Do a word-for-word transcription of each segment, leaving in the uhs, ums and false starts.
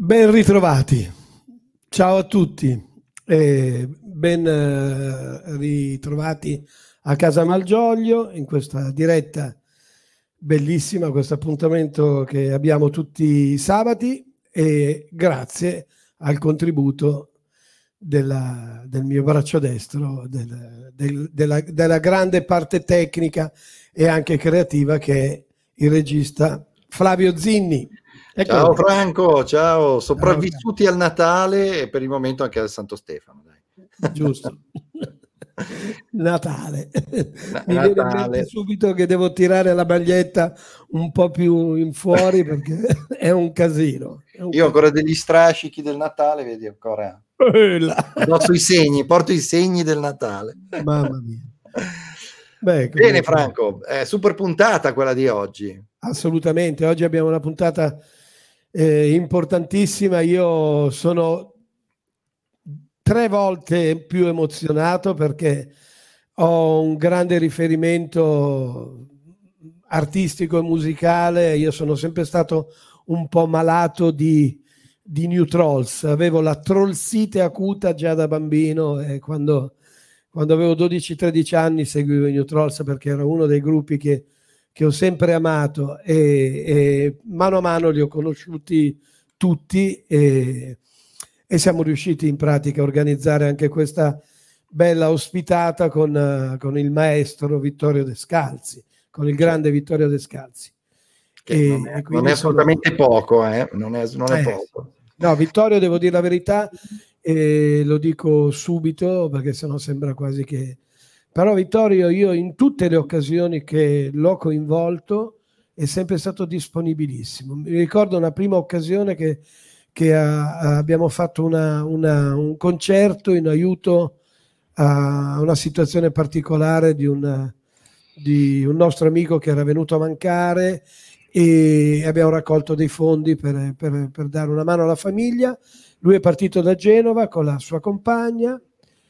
Ben ritrovati, ciao a tutti, e ben eh, ritrovati a Casa Malgioglio in questa diretta bellissima, questo appuntamento che abbiamo tutti i sabati, e grazie al contributo della, del mio braccio destro, del, del, della, della grande parte tecnica e anche creativa che è il regista Flavio Zinni. Ecco. Ciao Franco, ciao, sopravvissuti ciao. Al Natale e per il momento anche al Santo Stefano. Dai. Giusto. Natale. Na- Mi Natale. viene in mente subito che devo tirare la maglietta un po' più in fuori perché è un casino. È un Io casino. ancora degli strascichi del Natale, vedi ancora. Porto i segni, porto i segni del Natale. Mamma mia. Beh, Bene Franco, è super puntata quella di oggi. Assolutamente, oggi abbiamo una puntata eh, importantissima. Io sono tre volte più emozionato perché ho un grande riferimento artistico e musicale. Io sono sempre stato un po' malato di, di New Trolls, avevo la trollsite acuta già da bambino e quando, quando avevo dodici tredici anni seguivo i New Trolls perché era uno dei gruppi che, che ho sempre amato e, e mano a mano li ho conosciuti tutti e e siamo riusciti in pratica a organizzare anche questa bella ospitata con, uh, con il maestro Vittorio Descalzi, con il grande Vittorio Descalzi. E, non è, non è assolutamente sono... poco, eh? non è, non è eh, poco. No, Vittorio, devo dire la verità, e lo dico subito perché sennò sembra quasi che... Però Vittorio, io in tutte le occasioni che l'ho coinvolto è sempre stato disponibilissimo. Mi ricordo una prima occasione che che ha, abbiamo fatto una, una, un concerto in aiuto a una situazione particolare di, una, di un nostro amico che era venuto a mancare e abbiamo raccolto dei fondi per, per, per dare una mano alla famiglia. Lui è partito da Genova con la sua compagna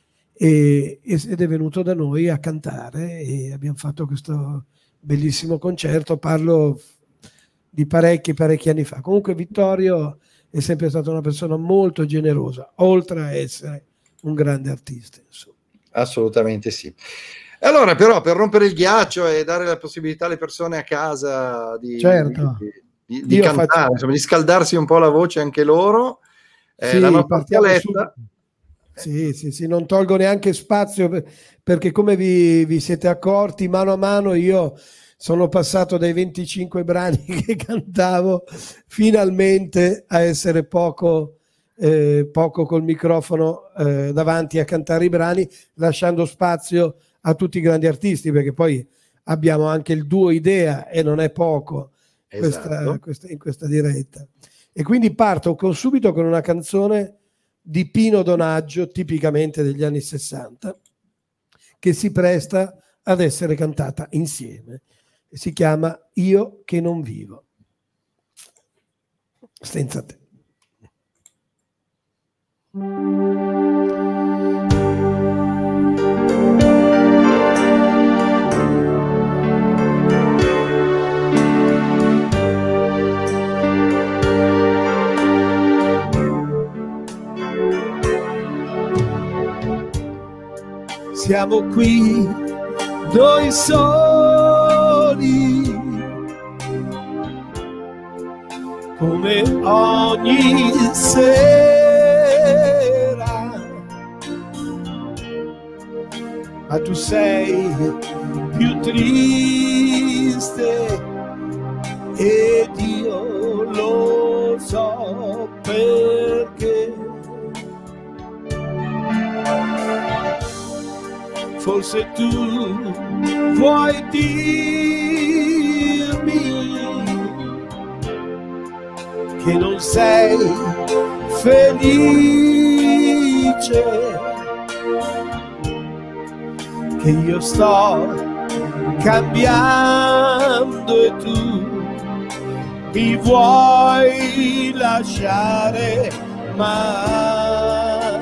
e, ed è venuto da noi a cantare e abbiamo fatto questo bellissimo concerto. Parlo di parecchi parecchi anni fa. Comunque Vittorio è sempre stata una persona molto generosa, oltre a essere un grande artista. Insomma. Assolutamente sì. Allora, però, per rompere il ghiaccio e dare la possibilità alle persone a casa di, certo. di, di, di cantare, faccio... insomma, di scaldarsi un po' la voce anche loro, eh, sì, la nostra scaletta... Sì, sì, sì, non tolgo neanche spazio per, perché come vi, vi siete accorti, mano a mano io... sono passato dai venticinque brani che cantavo finalmente a essere poco, eh, poco col microfono eh, davanti a cantare i brani, lasciando spazio a tutti i grandi artisti, perché poi abbiamo anche il duo Idea e non è poco. Esatto. questa, questa, in questa diretta. E quindi parto con, subito con una canzone di Pino Donaggio, tipicamente degli anni sessanta, che si presta ad essere cantata insieme. Si chiama Io che non vivo. Senza te. Siamo qui noi soli, come ogni sera, ma tu sei più triste ed io lo so perché. Forse tu vuoi dirmi che non sei felice, che io sto cambiando e tu mi vuoi lasciare, ma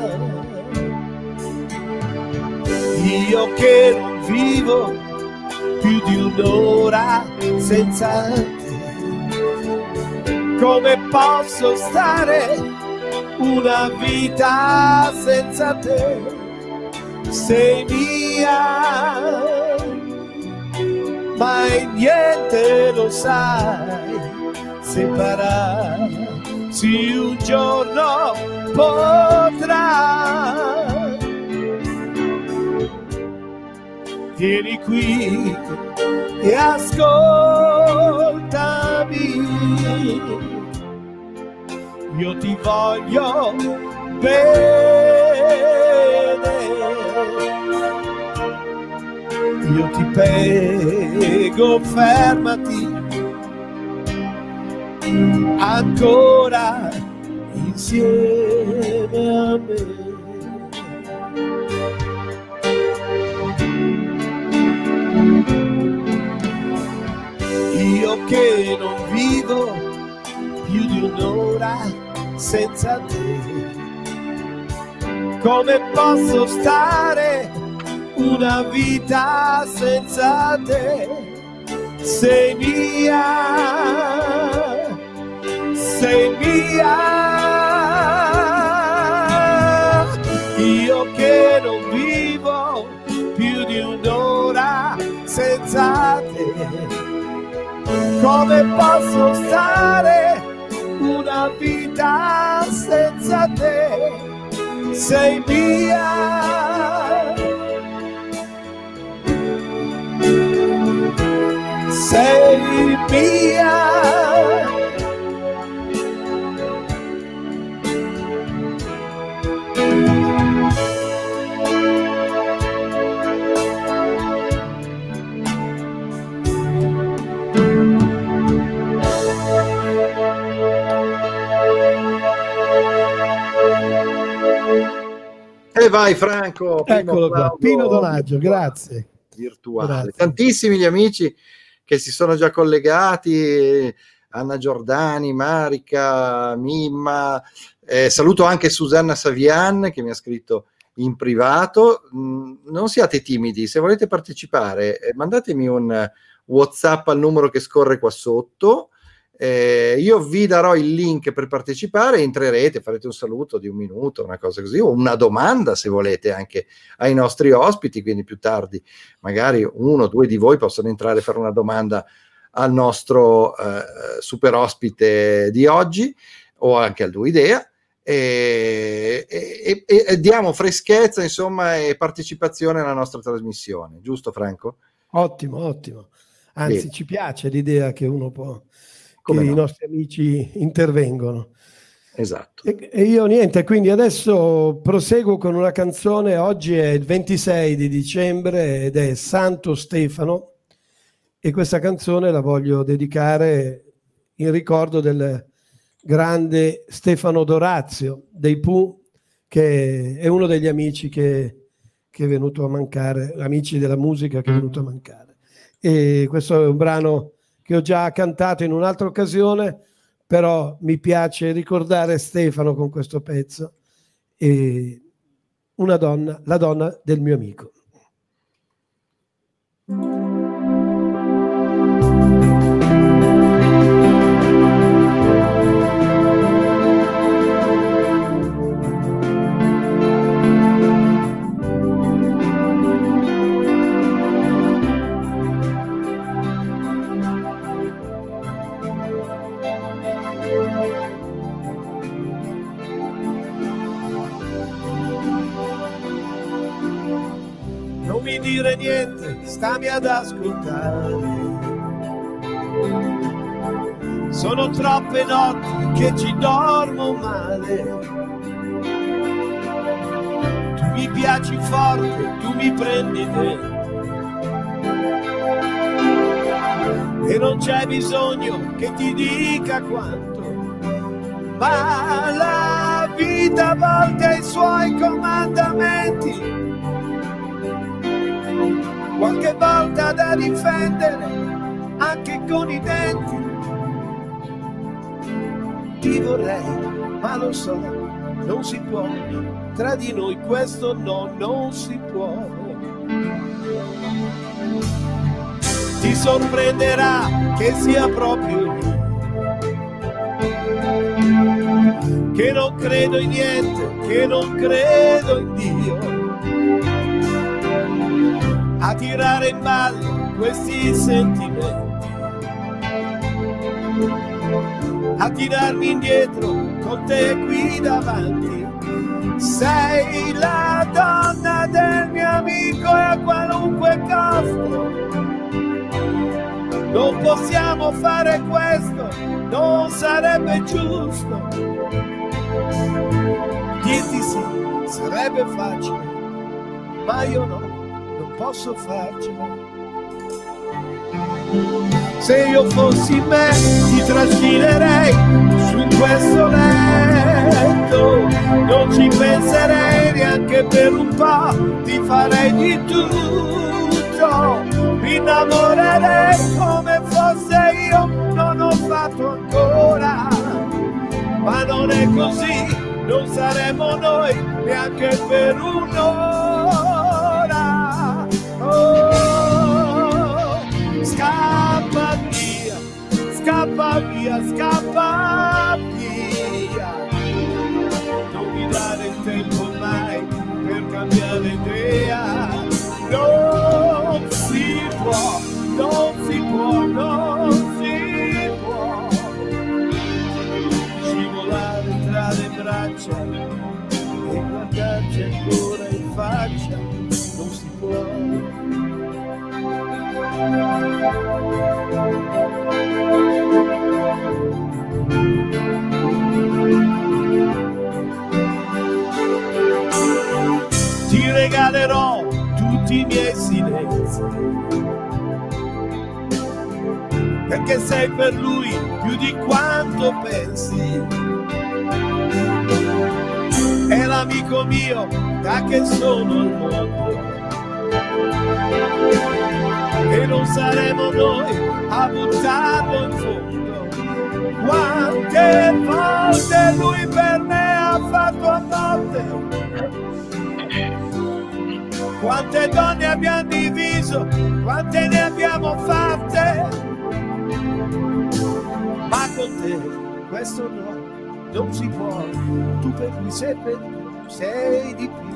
io che non vivo più di un'ora senza te, Come posso stare una vita senza te? Sei mia, mai niente lo sai separarsi un giorno potrà. Vieni qui e ascoltami, io ti voglio bene, io ti prego fermati ancora insieme a me. Io che non vivo più di un'ora senza te, come posso stare una vita senza te? Sei mia, sei mia, io che non vivo più di un'ora senza te, come posso stare una vita senza te? Sei mia, sei mia. E vai Franco, Pino eccolo qua, Claudio, Pino Donaggio, grazie. Virtuale. Grazie. Tantissimi gli amici che si sono già collegati, Anna Giordani, Marica, Mimma, eh, saluto anche Susanna Savian che mi ha scritto in privato. Mm, non siate timidi, se volete partecipare eh, mandatemi un WhatsApp al numero che scorre qua sotto. Eh, io vi darò il link per partecipare, entrerete, farete un saluto di un minuto, una cosa così, o una domanda se volete anche ai nostri ospiti, quindi più tardi magari uno o due di voi possono entrare e fare una domanda al nostro eh, super ospite di oggi o anche al Due Idea e, e, e, e diamo freschezza insomma e partecipazione alla nostra trasmissione, giusto Franco? Ottimo, ottimo, anzi Bene. Ci piace l'idea che uno può Come che no? i nostri amici intervengono. Esatto. E, e io niente, quindi adesso proseguo con una canzone. Oggi è il ventisei di dicembre ed è Santo Stefano e questa canzone la voglio dedicare in ricordo del grande Stefano Dorazio dei Pooh, che è uno degli amici che, che è venuto a mancare, amici della musica che è venuto a mancare. E questo è un brano che ho già cantato in un'altra occasione, però mi piace ricordare Stefano con questo pezzo e una donna, la donna del mio amico. Non mi dire niente, stammi ad ascoltare. Sono troppe notti che ci dormo male. Tu mi piaci forte, tu mi prendi dentro. E non c'è bisogno che ti dica quanto, ma la vita a volte ha i suoi comandamenti. Qualche volta da difendere anche con i denti. Ti vorrei, ma lo so, non si può. Tra di noi questo no, non si può. Ti sorprenderà che sia proprio io che non credo in niente, che non credo in Dio, a tirare in ballo questi sentimenti, a tirarmi indietro con te qui davanti. Sei la donna del mio amico e a qualunque costo non possiamo fare questo, non sarebbe giusto. Dirti sì sarebbe facile, ma io no, non posso farcela. Se io fossi me ti trascinerei su in questo letto, non ci penserei neanche per un po', ti farei di tutto, mi innamorerei come fosse io, non ho fatto ancora, ma non è così, non saremo noi neanche per un'ora. Oh, scappa via, scappa via, scappa via, non mi dare il tempo mai per cambiare idea, non si può, non si può, non si può scivolare tra le braccia e guardarci ancora in faccia, non si può. Ti regalerò tutti i miei silenzi, perché sei per lui più di quanto pensi. È l'amico mio da che sono al mondo, e non saremo noi a buttarlo in fondo. Quante volte lui per me ha fatto a notte, quante donne abbiamo diviso, quante ne abbiamo fatte, ma con te questo no, non si può, tu per lui sei per lui, sei di più.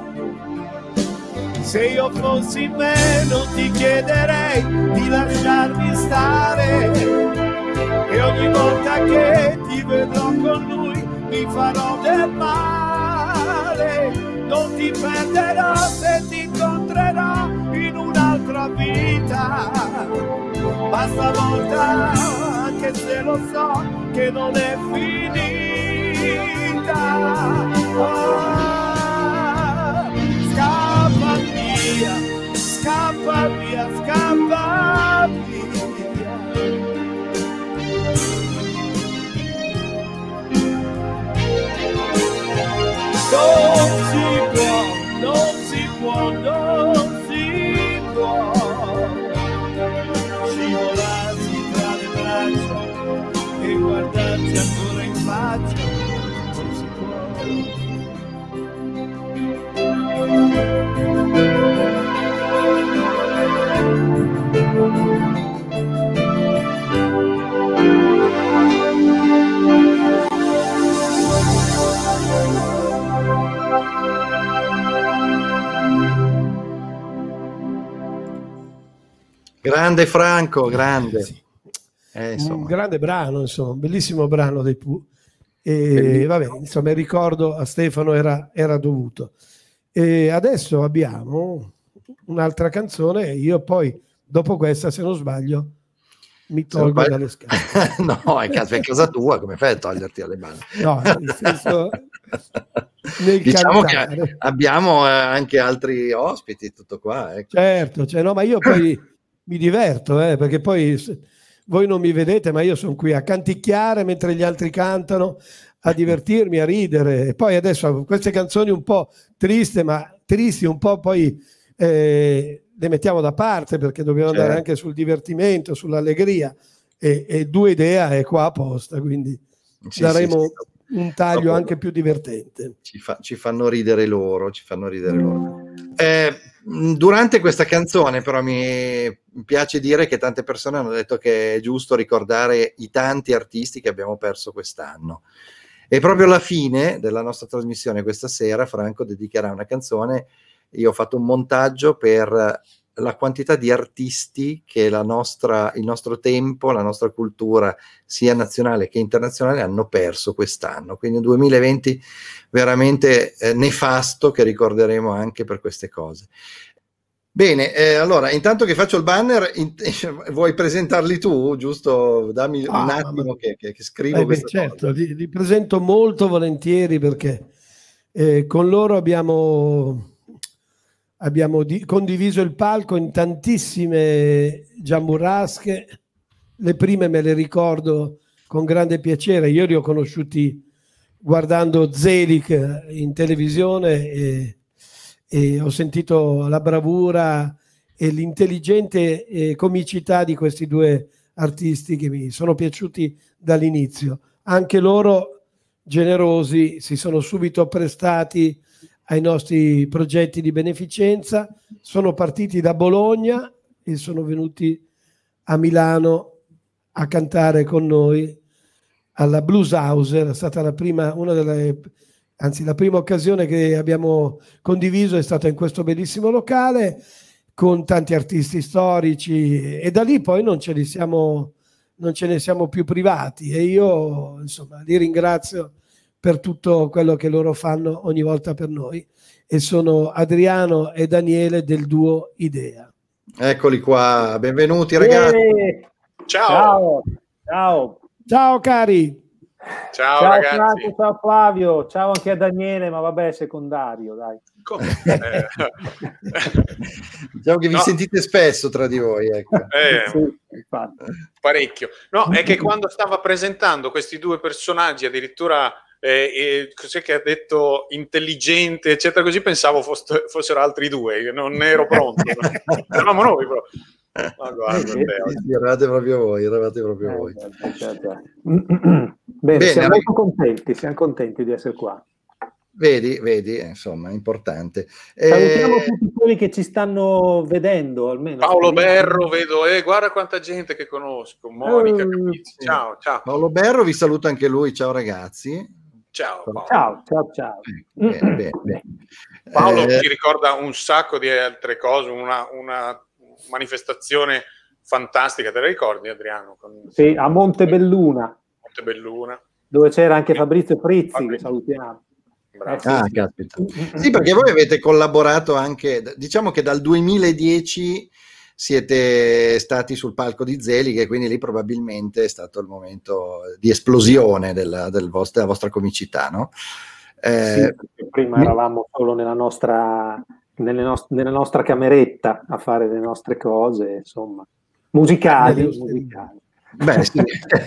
Se io fossi me non ti chiederei di lasciarmi stare, e ogni volta che ti vedrò con lui mi farò del male, non ti perderò se ti incontrerò in un'altra vita, ma stavolta, anche se lo so che non è finita, oh, scappa via, scappa via, scappa via. Non si può, non si può, non si può scivolarsi tra le braccia e guardarsi ancora in faccia, non si può. Grande Franco, grande. Sì. Eh, un grande brano, insomma, un bellissimo brano dei Pooh. E vabbè, insomma, il ricordo a Stefano era, era dovuto. E adesso abbiamo un'altra canzone, io poi dopo questa, se non sbaglio, mi tolgo dalle scale. No, è casa, è casa tua, come fai a toglierti alle mani? No, nel senso, nel diciamo cantare. Che abbiamo anche altri ospiti, tutto qua. Ecco. Certo, cioè, no, ma io poi mi diverto, eh, perché poi voi non mi vedete, ma io sono qui a canticchiare mentre gli altri cantano, a divertirmi, a ridere. E poi adesso queste canzoni un po' tristi, ma tristi un po' poi eh, le mettiamo da parte, perché dobbiamo certo. andare anche sul divertimento, sull'allegria, e, e due idee è qua apposta, quindi sì, daremo sì, sì. un taglio Dopo, anche più divertente. Ci, fa, ci fanno ridere loro, ci fanno ridere loro. Eh, durante questa canzone però mi piace dire che tante persone hanno detto che è giusto ricordare i tanti artisti che abbiamo perso quest'anno. E proprio alla fine della nostra trasmissione questa sera Franco dedicherà una canzone. Io ho fatto un montaggio per la quantità di artisti che la nostra, il nostro tempo, la nostra cultura, sia nazionale che internazionale, hanno perso quest'anno. Quindi un duemilaventi veramente eh, nefasto, che ricorderemo anche per queste cose. Bene, eh, allora, intanto che faccio il banner, in, vuoi presentarli tu? Giusto, dammi ah, un attimo che, che, che scrivo eh beh, certo, li, li presento molto volentieri, perché eh, con loro abbiamo... Abbiamo di- condiviso il palco in tantissime giamburrasche. Le prime me le ricordo con grande piacere. Io li ho conosciuti guardando Zelig in televisione e, e ho sentito la bravura e l'intelligente eh, comicità di questi due artisti che mi sono piaciuti dall'inizio. Anche loro, generosi, si sono subito prestati ai nostri progetti di beneficenza, sono partiti da Bologna e sono venuti a Milano a cantare con noi alla Blues House. Era stata la prima, una delle, anzi la prima occasione che abbiamo condiviso è stata in questo bellissimo locale con tanti artisti storici, e da lì poi non ce ne siamo, non ce ne siamo più privati, e io insomma li ringrazio per tutto quello che loro fanno ogni volta per noi, e sono Adriano e Daniele del duo Idea. Eccoli qua, benvenuti ragazzi. Eh, ciao. Ciao. Ciao cari. Ciao, ciao ragazzi. Franco, ciao Flavio, ciao anche a Daniele, ma vabbè, è secondario, dai. Eh. Diciamo che vi no. sentite spesso tra di voi, ecco. Eh, sì, parecchio. No, è che quando stava presentando questi due personaggi, addirittura Eh, eh, cos'è che ha detto intelligente eccetera, così pensavo fosse, fossero altri due, non ero pronto. Eravamo noi però. Ma guarda, sì, sì, eravate proprio voi, eravate proprio eh, voi. Bene, Bene, siamo molto contenti, siamo contenti di essere qua. Vedi, vedi, insomma, è importante. Salutiamo eh... tutti quelli che ci stanno vedendo, almeno. Paolo Berro, vedo, eh, guarda quanta gente che conosco. Monica, uh, sì. ciao, ciao. Paolo Berro, vi saluto anche lui, ciao ragazzi. Ciao, Paolo. ciao, ciao, ciao. Bene, bene, bene. Paolo eh... ci ricorda un sacco di altre cose, una, una manifestazione fantastica, te la ricordi Adriano? Con... Sì, a Montebelluna. Montebelluna. Dove c'era anche Fabrizio Frizzi, Fabrizio. Che salutiamo. Eh, ah, sì. Caspita. Sì, perché voi avete collaborato anche, diciamo che dal duemiladieci siete stati sul palco di Zelig, e quindi lì probabilmente è stato il momento di esplosione della, del vostro, della vostra comicità, no? Eh, sì, prima eravamo solo nella nostra, nelle nost- nella nostra cameretta a fare le nostre cose, insomma, musicali. Eh, musicali. Beh, sì.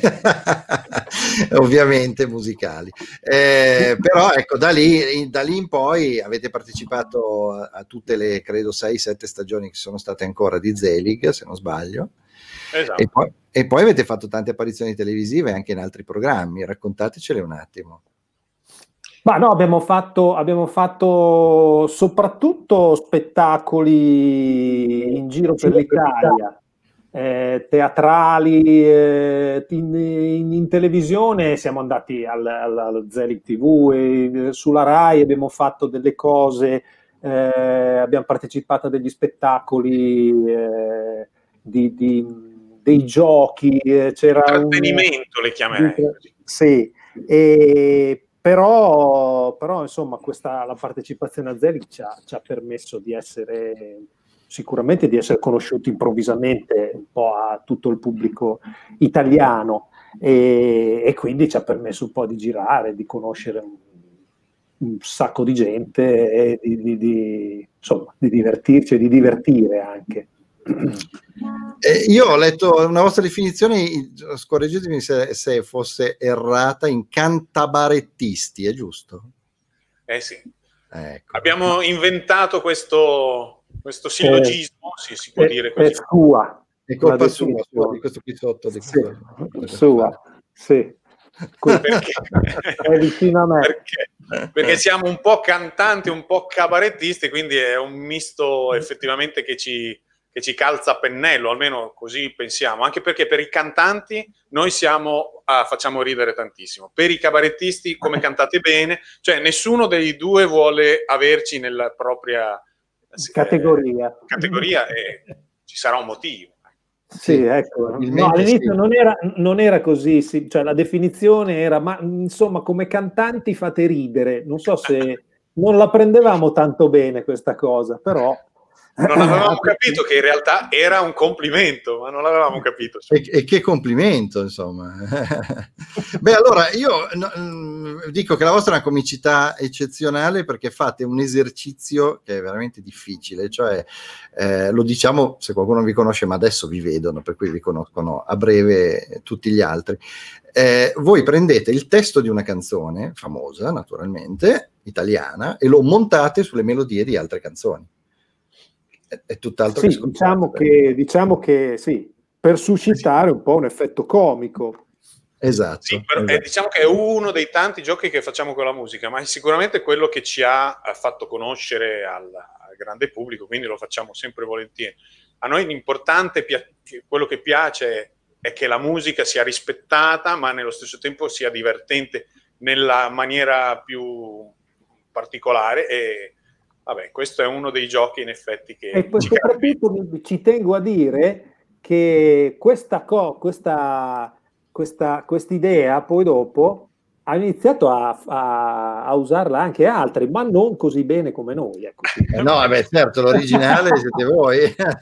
Ovviamente musicali, eh, però ecco, da lì, da lì in poi avete partecipato a, a tutte le, credo, sei sette stagioni che sono state ancora di Zelig, se non sbaglio. Esatto. E poi, e poi avete fatto tante apparizioni televisive anche in altri programmi, raccontatecele un attimo. Ma no, abbiamo fatto, abbiamo fatto soprattutto spettacoli in giro per l'Italia. Eh, teatrali, eh, in, in, in televisione siamo andati al, al, al Zelig tivù, e sulla Rai abbiamo fatto delle cose, eh, abbiamo partecipato a degli spettacoli, eh, di, di, dei giochi, eh, c'era intrattenimento un, le chiamerei. Sì, e, però, però insomma questa, la partecipazione a Zelig ci ha, ci ha permesso di essere... sicuramente di essere conosciuti improvvisamente un po' a tutto il pubblico italiano, e, e quindi ci ha permesso un po' di girare, di conoscere un, un sacco di gente e di, di, di, insomma, di divertirci e di divertire anche. Eh, io ho letto una vostra definizione, scorreggetemi se, se fosse errata, in cantabarettisti, è giusto? Eh sì. Ecco. Abbiamo inventato questo... questo sillogismo, eh, sì, si può è, dire così. È sua. È colpa sua, sua, di questo qui sotto. Di sì, sua, sua, sì. Perché? È vicino a me. Perché? Perché siamo un po' cantanti, un po' cabarettisti, quindi è un misto effettivamente che ci, che ci calza a pennello, almeno così pensiamo, anche perché per i cantanti noi siamo, ah, facciamo ridere tantissimo, per i cabarettisti come cantate bene, cioè nessuno dei due vuole averci nella propria categoria, eh, categoria e ci sarà un motivo. Sì, ecco. No, all'inizio sì. non, era, non era così, sì. Cioè la definizione era, ma insomma come cantanti fate ridere, non so se non la prendevamo tanto bene questa cosa, però... Non avevamo capito che in realtà era un complimento, ma non l'avevamo capito. E, e che complimento, insomma. Beh, allora io no, dico che la vostra è una comicità eccezionale perché fate un esercizio che è veramente difficile, cioè eh, lo diciamo se qualcuno vi conosce, ma adesso vi vedono, per cui vi conoscono a breve tutti gli altri. Eh, voi prendete il testo di una canzone famosa, naturalmente, italiana, e lo montate sulle melodie di altre canzoni. È tutt'altro sì, che diciamo che, diciamo che sì, per suscitare un po' un effetto comico. Esatto. Sì, però, esatto. Eh, diciamo che è uno dei tanti giochi che facciamo con la musica, ma è sicuramente quello che ci ha fatto conoscere al, al grande pubblico, quindi lo facciamo sempre volentieri. A noi l'importante, quello che piace è che la musica sia rispettata, ma nello stesso tempo sia divertente nella maniera più particolare e vabbè, questo è uno dei giochi in effetti che e poi soprattutto ci tengo a dire che questa co, questa questa quest'idea poi dopo ha iniziato a, a, a usarla anche altri, ma non così bene come noi. Ecco. Eh no, beh, certo, l'originale siete voi.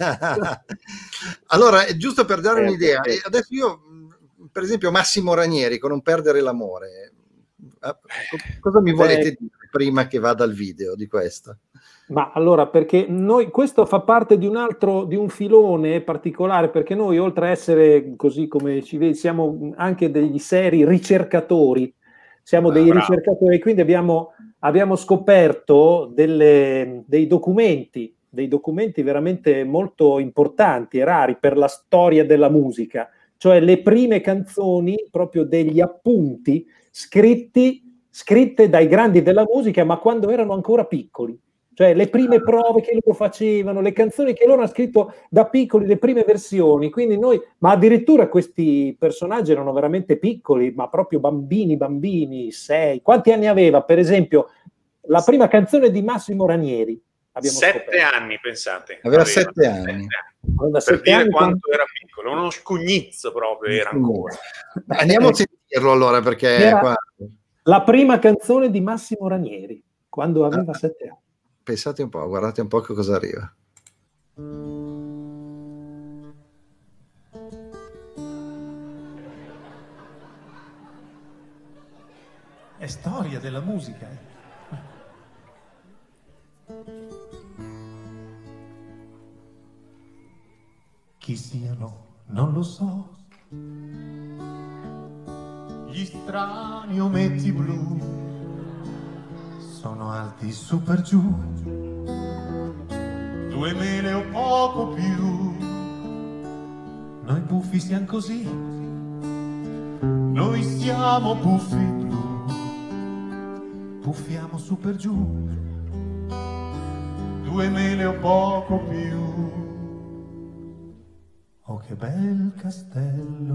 Allora, giusto per dare un'idea, adesso io, per esempio, Massimo Ranieri con Non perdere l'amore, cosa mi volete Beh, dire prima che vada al video di questo? Ma allora, perché noi, questo fa parte di un altro, di un filone particolare, perché noi oltre a essere così come ci vedi, siamo anche degli seri ricercatori, siamo ah, dei bravo. ricercatori, quindi abbiamo, abbiamo scoperto delle, dei documenti, dei documenti veramente molto importanti e rari per la storia della musica, cioè le prime canzoni, proprio degli appunti scritti, scritte dai grandi della musica, ma quando erano ancora piccoli. Cioè le prime prove che loro facevano, le canzoni che loro hanno scritto da piccoli, le prime versioni, quindi noi, ma addirittura questi personaggi erano veramente piccoli, ma proprio bambini, bambini, sei. Quanti anni aveva? Per esempio, la prima canzone di Massimo Ranieri. Abbiamo sette scoperto. anni, pensate. Aveva, aveva sette anni. Aveva per sette dire anni quanto quando... era piccolo, uno scugnizzo proprio era ancora. Andiamo a sentirlo allora, perché... Era qua... la prima canzone di Massimo Ranieri, quando aveva ah. sette anni. Pensate un po', guardate un po' che cosa arriva. È storia della musica. Chi siano, non lo so. Gli strani ometti blu sono alti su per giù, due mele o poco più. Noi puffi siamo così, noi siamo puffi blu, puffiamo su per giù, due mele o poco più. Oh che bel castello,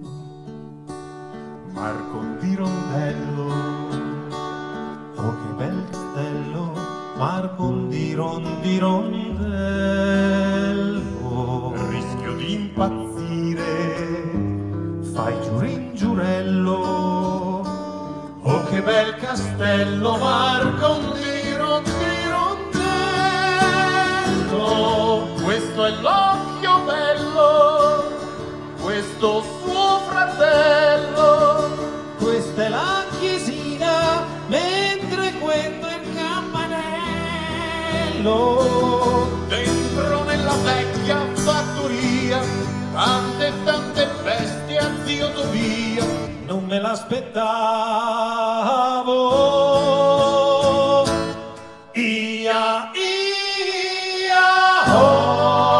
Marco di Rondello. Oh che bel castello, Marco di Rondi Rondello. Rischio di impazzire, fai giurin giurello. Oh che bel castello, Marco di Rondi Rondello. Questo è l'occhio bello, questo suo fratello, questa è la chiesina, mentre quello è il campanello. Dentro nella vecchia fattoria, tante e tante bestie a zio Tobia. Non me l'aspettavo. Ia, ia, oh.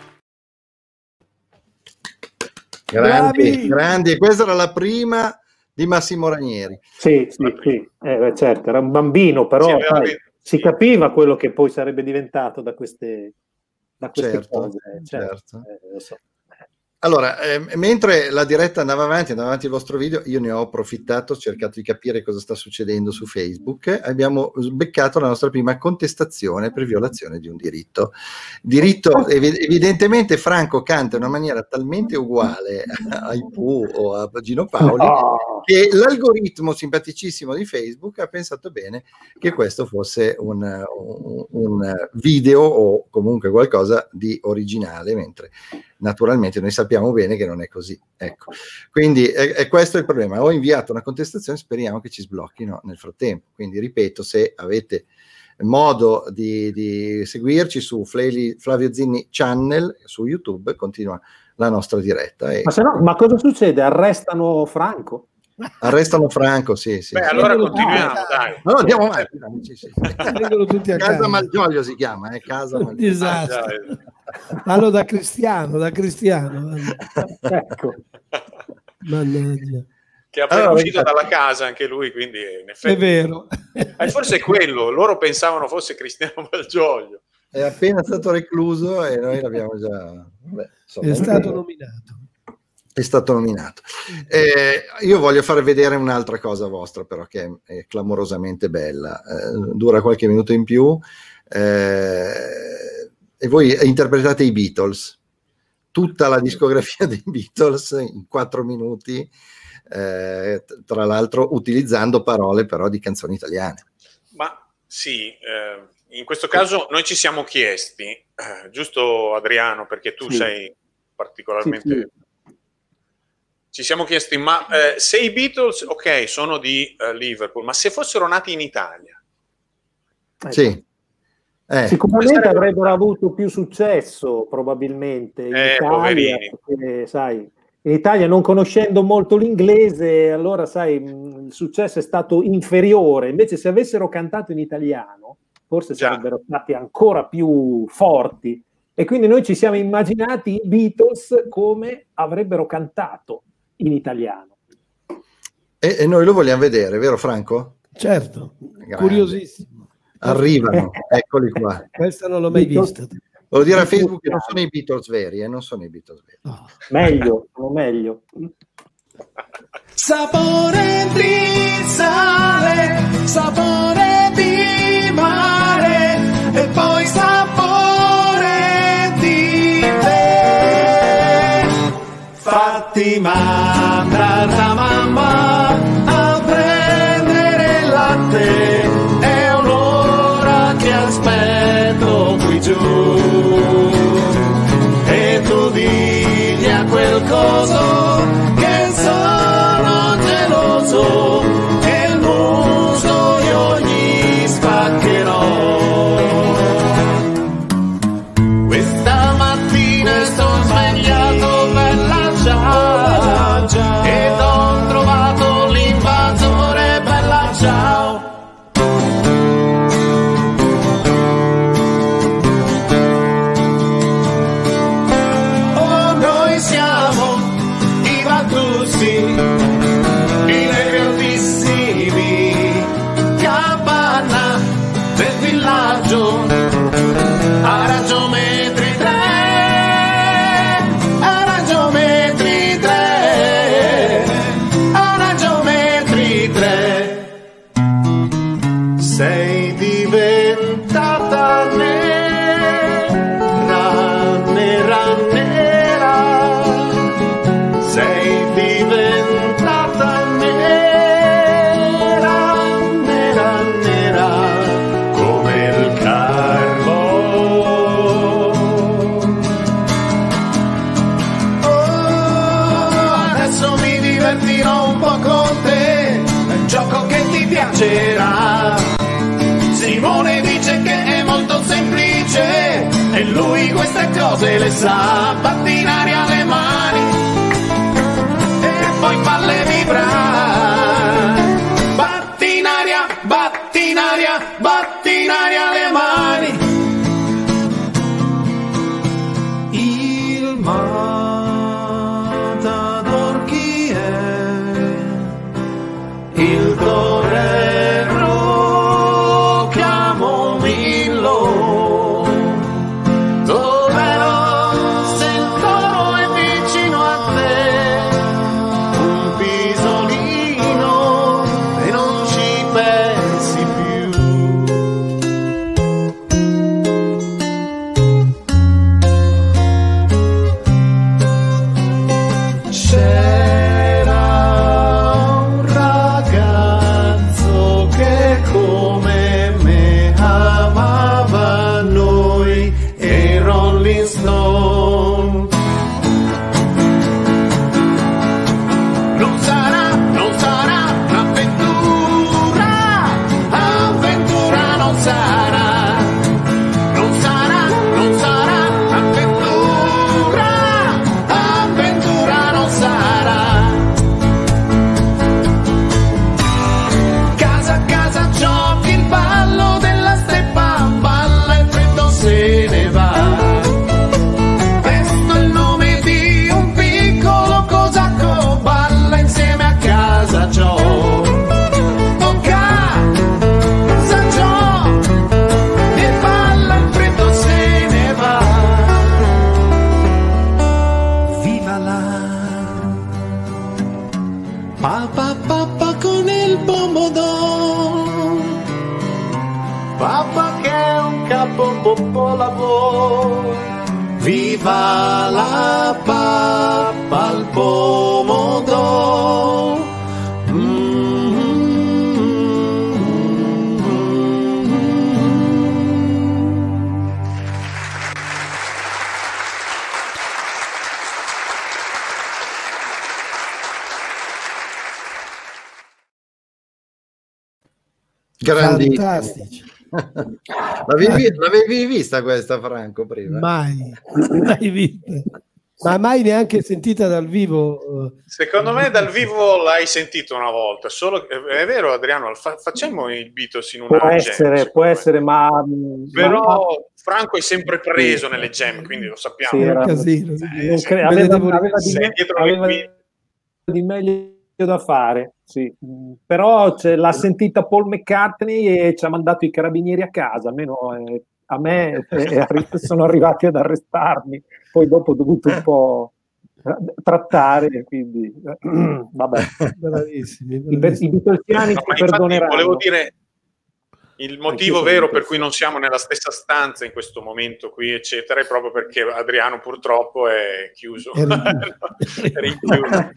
Grandi, grandi, questa era la prima di Massimo Ranieri. Sì, sì, sì. Eh, certo, era un bambino, però Sì, sai, si capiva quello che poi sarebbe diventato da queste, da queste Certo, cose. Certo. certo. Eh, lo so. Allora, eh, mentre la diretta andava avanti, andava avanti il vostro video, io ne ho approfittato, ho cercato di capire cosa sta succedendo su Facebook. Abbiamo beccato la nostra prima contestazione per violazione di un diritto. Diritto, ev- evidentemente Franco canta in una maniera talmente uguale ai Pooh o a Gino Paoli, No. che l'algoritmo simpaticissimo di Facebook ha pensato bene che questo fosse un, un, un video o comunque qualcosa di originale, mentre naturalmente noi sappiamo bene che non è così. Ecco, quindi è, è questo il problema. Ho inviato una contestazione, speriamo che ci sblocchino nel frattempo. Quindi ripeto, se avete modo di, di seguirci su Flavio, Flavio Zinni Channel su YouTube, continua la nostra diretta. E Ma, se no, ma cosa succede? Arrestano Franco? arrestano Franco, sì, sì. Beh, sì. allora continuiamo, dai. No, andiamo avanti. Dai, sì, sì. Vengono tutti a Casa casa. Malgioglio si chiama, eh? Casa Malgioglio. Disastro. Ah, già. Vanno da Cristiano, da Cristiano. vanno. Ecco. Mannaggia. Che è appena Allora, uscito infatti- dalla casa anche lui, quindi in effetti... È vero. Eh, forse è quello, loro pensavano fosse Cristiano Malgioglio. È appena stato recluso e noi l'abbiamo già... Beh, insomma, È stato nominato. è stato nominato. Eh, io voglio far vedere un'altra cosa vostra, però, che è, è clamorosamente bella. Eh, dura qualche minuto in più. Eh, e voi interpretate i Beatles. Tutta la discografia dei Beatles in quattro minuti, eh, tra l'altro utilizzando parole però di canzoni italiane. Ma sì, eh, in questo caso noi ci siamo chiesti, eh, giusto Adriano, perché tu Sì. sei particolarmente... Sì, sì. Ci siamo chiesti, ma eh, se i Beatles, ok, sono di eh, Liverpool, ma se fossero nati in Italia? Ecco. Sì. Eh, Sicuramente Sarebbe- avrebbero avuto più successo, probabilmente, in Eh, Italia, poverini. perché, sai, in Italia non conoscendo molto l'inglese, allora, sai, mh, il successo è stato inferiore. Invece se avessero cantato in italiano, forse Già. sarebbero stati ancora più forti. E quindi noi ci siamo immaginati i Beatles come avrebbero cantato in italiano. e, e noi lo vogliamo vedere, vero Franco? Certo, Grande. curiosissimo. Arrivano, eccoli qua. Questa non l'ho mai Beatles. vista. Volevo dire a Facebook che non sono i Beatles veri, eh, non sono i Beatles veri. No. Meglio, sono meglio. Sapore di sale, sapore di mare e poi sapore di te. Fatti mandare da mamma a prendere il latte, è un'ora che aspetto qui giù. E tu digli a quel coso che sono geloso e il muso io gli spaccherò. Questa mattina sono svegliato bella ciao ed ho trovato l'invasore bella ciao. Oh, noi siamo i Vatussi, i nerviosissimi, capanna del villaggio, a ragiometri tre, a ragiometri tre, a ragiometri tre. Sei diventata nera, nera, nera. Sei diventata nera, nera, nera come il carbone. Oh, adesso mi divertirò un po' con te, è un gioco che ti piacerà. Simone dice che è molto semplice e lui queste cose le sa. Batti in aria le mani e poi falle vibrare. Batti in aria, batti in aria, batti in aria le mani. Il matador chi è? il torero Camomillo, torero se il toro è vicino a te, un pisolino e non ci pensi più. C'era un ragazzo che come me amava noi e i Rolling Stone. Non sarà, non sarà un'avventura, avventura non sarà, non sarà, non sarà avventura, avventura non sarà. Casa a casa giochi il ballo della steppa, balla e freddo se ne va. Questo è il nome di un piccolo cosacco, balla insieme a casa Gio. Oh, casa Gio, e balla e freddo se ne va. Viva la papà papà con il pomodoro, papà che è un capo popolavoro. Viva la pappa al pomodoro. Grandi. Fantastici. L'avevi, l'avevi vista questa, Franco, prima? Mai, mai vista, ma mai neanche sentita dal vivo. Secondo me dal vivo l'hai sentito una volta, solo è vero Adriano, fa- facciamo i Beatles in una Può jam, essere, può secondo me. essere, ma Però ma- Franco è sempre preso nelle jam, quindi lo sappiamo. Sì, era- Un casino. Eh, non sì. cre- Me le aveva, devo aveva di, Sei me- dietro aveva le di meglio da fare, sì. Mm, però ce l'ha sentita Paul McCartney e ci ha mandato i carabinieri a casa, almeno eh, a me eh, arri- sono arrivati ad arrestarmi, poi dopo ho dovuto un po' eh, trattare, quindi eh, vabbè, Bravissimi, i, be- i bravissimi. Beatlesiani No, ci ma infatti perdoneranno. volevo dire il motivo Anch'io sono vero di per questo. cui non siamo nella stessa stanza in questo momento qui, eccetera, è proprio perché Adriano purtroppo è chiuso. È rinchiuso. È rinchiuso.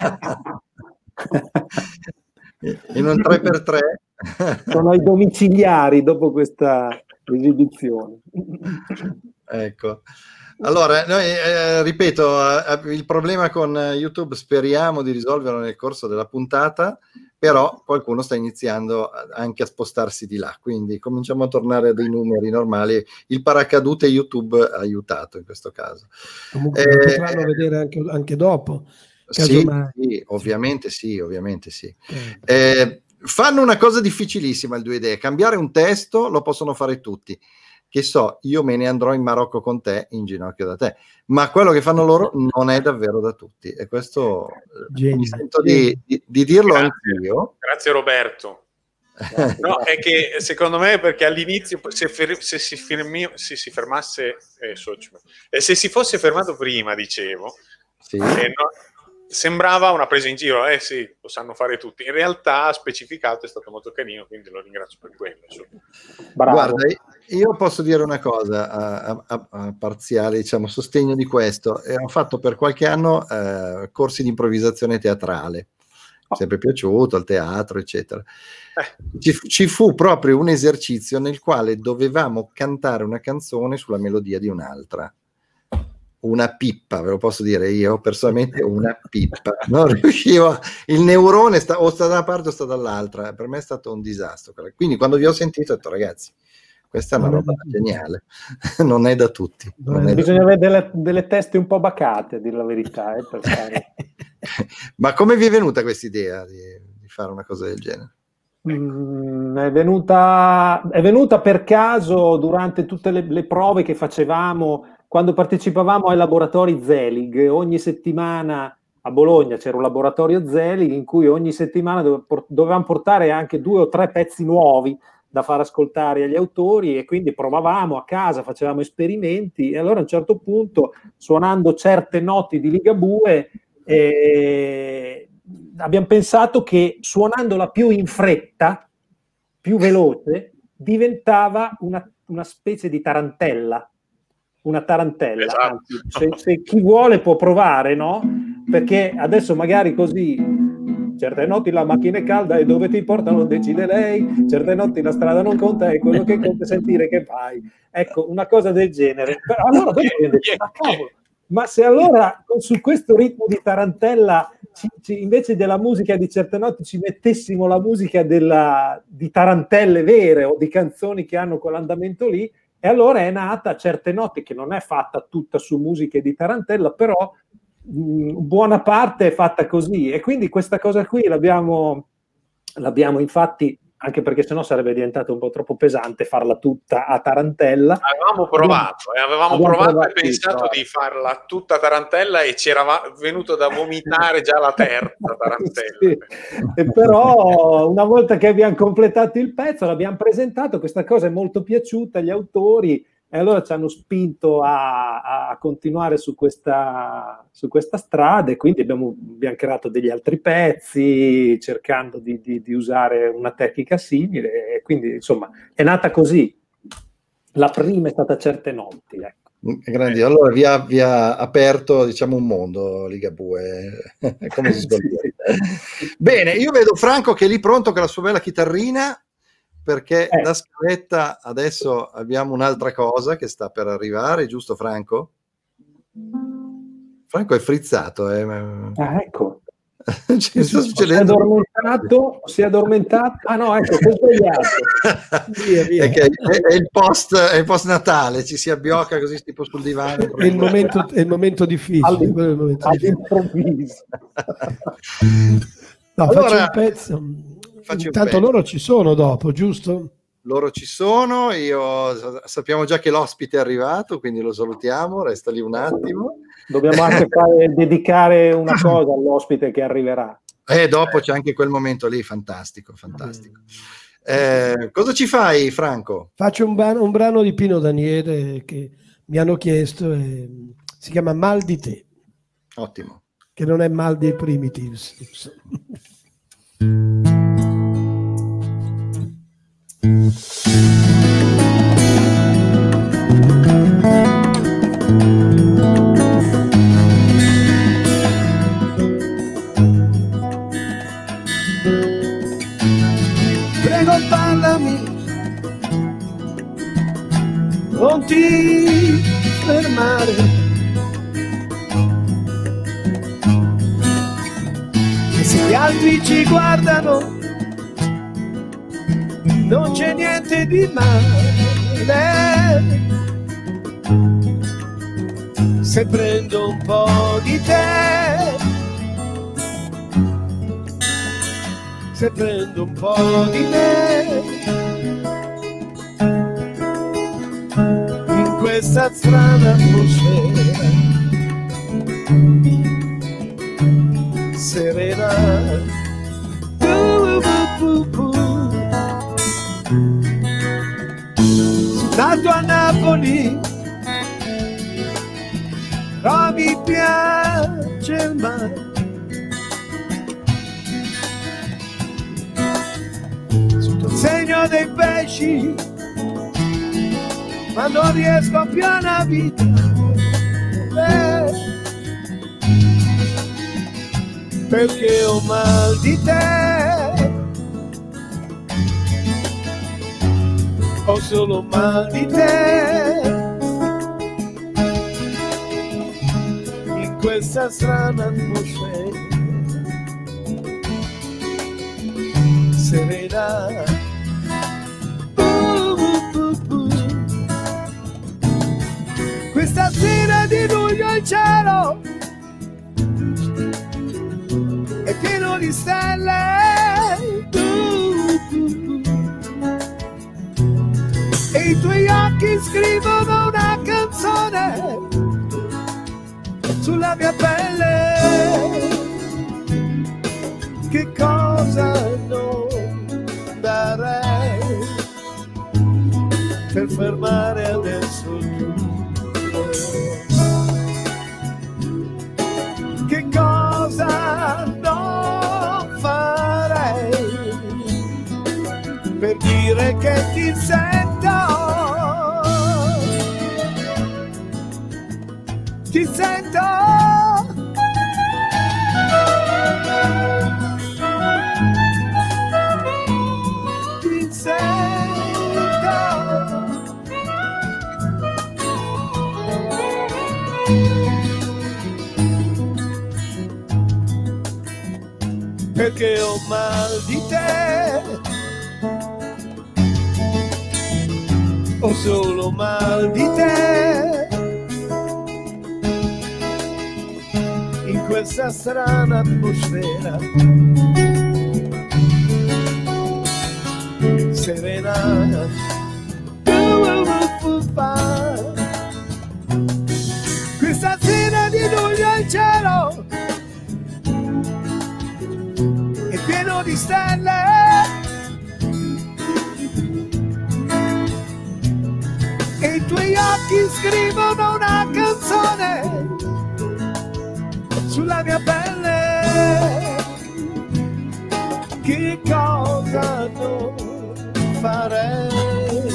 In un tre per tre. Sono ai domiciliari dopo questa esibizione. Ecco. Allora, noi, eh, ripeto, eh, il problema con YouTube speriamo di risolverlo nel corso della puntata, però qualcuno sta iniziando anche a spostarsi di là, quindi cominciamo a tornare a dei numeri normali. Il paracadute YouTube ha aiutato in questo caso. Comunque Eh, lo potranno vedere anche, anche dopo. Sì, Casomai. sì, ovviamente sì, ovviamente sì. Eh, Eh, fanno una cosa difficilissima il due idee, cambiare un testo lo possono fare tutti, che so, io me ne andrò in Marocco con te, in ginocchio da te, ma quello che fanno loro non è davvero da tutti, e questo eh, Genio, mi sento genio. di, di- di dirlo Grazie. anch'io. Grazie Roberto. No, è che secondo me perché all'inizio se, fer- se, si, fermi- se si fermasse eh, socio- eh, se si fosse fermato prima, dicevo, Sì. eh, no, sembrava una presa in giro, eh sì, lo sanno fare tutti. In realtà ha specificato, è stato molto carino, quindi lo ringrazio per quello. insomma. Bravo. Guarda, io posso dire una cosa a, a- a parziale, diciamo, sostegno di questo. E ho fatto per qualche anno eh, corsi di improvvisazione teatrale. Mi è sempre piaciuto il teatro, eccetera. Eh, Ci, fu- ci fu proprio un esercizio nel quale dovevamo cantare una canzone sulla melodia di un'altra. Una pippa, ve lo posso dire io personalmente, una pippa. Non riuscivo, a- il neurone sta, o sta da una parte o sta dall'altra. Per me è stato un disastro. Quindi quando vi ho sentito ho detto, ragazzi, questa è una Non è roba da tutti. geniale, non è da tutti. Non non è è da- da- Bisogna avere delle, delle teste un po' bacate, a dire la verità. Eh, per fare. Ma come vi è venuta questa idea di, di fare una cosa del genere? Mm, è venuta, è venuta per caso durante tutte le, le prove che facevamo quando partecipavamo ai laboratori Zelig. Ogni settimana a Bologna c'era un laboratorio Zelig in cui ogni settimana dove, dovevamo portare anche due o tre pezzi nuovi da far ascoltare agli autori, e quindi provavamo a casa, facevamo esperimenti, e allora a un certo punto, suonando certe note di Ligabue, eh, abbiamo pensato che suonandola più in fretta, più veloce, diventava una, una specie di tarantella. Una tarantella, esatto. Anzi, se, se chi vuole può provare, no? Perché adesso magari così, certe notti la macchina è calda e dove ti porta non decide lei, certe notti la strada non conta e quello che conta è sentire che fai. Ecco, una cosa del genere. Però allora dopo mi detto, ma cavolo, ma se allora su questo ritmo di tarantella ci, ci, invece della musica di certe notti ci mettessimo la musica della, di tarantelle vere o di canzoni che hanno quell'andamento lì, e allora è nata Certe Notti, che non è fatta tutta su musiche di tarantella, però mh, buona parte è fatta così, e quindi questa cosa qui l'abbiamo, l'abbiamo infatti, anche perché sennò sarebbe diventato un po' troppo pesante farla tutta a tarantella. Avevamo provato, eh, avevamo abbiamo provato provato, e pensato no. di farla tutta a tarantella e ci era venuto da vomitare già la terza tarantella. Sì. E però una volta che abbiamo completato il pezzo, l'abbiamo presentato, questa cosa è molto piaciuta agli autori, e allora ci hanno spinto a, a continuare su questa, su questa strada, e quindi abbiamo, abbiamo creato degli altri pezzi cercando di, di, di usare una tecnica simile, e quindi insomma è nata così. La prima è stata Certe Notti, ecco. Grandi. Allora vi ha, vi ha aperto, diciamo, un mondo Ligabue, come si suol dire. Bene, io vedo Franco che è lì pronto con la sua bella chitarrina, perché eh. da scaletta adesso abbiamo un'altra cosa che sta per arrivare, giusto Franco? Franco è frizzato, eh. Ah, ecco. Ci sta si è addormentato, si è addormentato. Ah no, ecco, è sbagliato. Via, via. È, che è, è il post, è il post Natale, ci si abbiocca così tipo sul divano. È il momento, è il momento difficile. All'improvviso. No, allora, faccio un pezzo. Intanto loro ci sono dopo, giusto? Loro ci sono, io sappiamo già che l'ospite è arrivato, quindi lo salutiamo, resta lì un attimo. Dobbiamo anche fare, dedicare una cosa all'ospite che arriverà. E eh, dopo c'è anche quel momento lì, fantastico, fantastico. Eh, cosa ci fai, Franco? Faccio un brano, un brano di Pino Daniele che mi hanno chiesto, e si chiama Mal di te. Ottimo. Che non è Mal dei Primitives. Prego, parlami, non ti fermare, e se gli altri ci guardano non c'è niente di male se prendo un po' di te, se prendo un po' di te in questa strana atmosfera serena. Nato a Napoli, però mi piace il mare. Sotto il segno dei pesci, ma non riesco più a una vita. Eh, perché ho mal di te. Ho solo mal di te in questa strana atmosfera serena. Uh, uh, uh, uh. Questa sera di luglio il cielo è pieno di stelle. E i tuoi occhi scrivono una canzone sulla mia pelle. che cosa non darei per fermare adesso tutto. Che cosa non farei per dire che ti sento, ti sento. Ti sento. Perché ho mal di te, ho solo mal di te, in questa strana atmosfera serena. Questa sera di luglio il cielo è pieno di stelle, e i tuoi occhi scrivono una canzone sulla mia pelle. Che cosa non farei,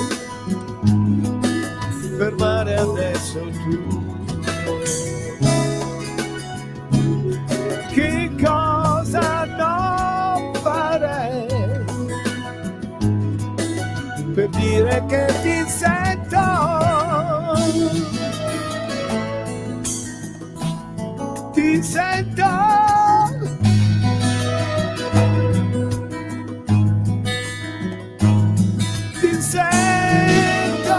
fermare adesso tutto. Che cosa non farei per dire che ti sento, ti sento. Ti sento.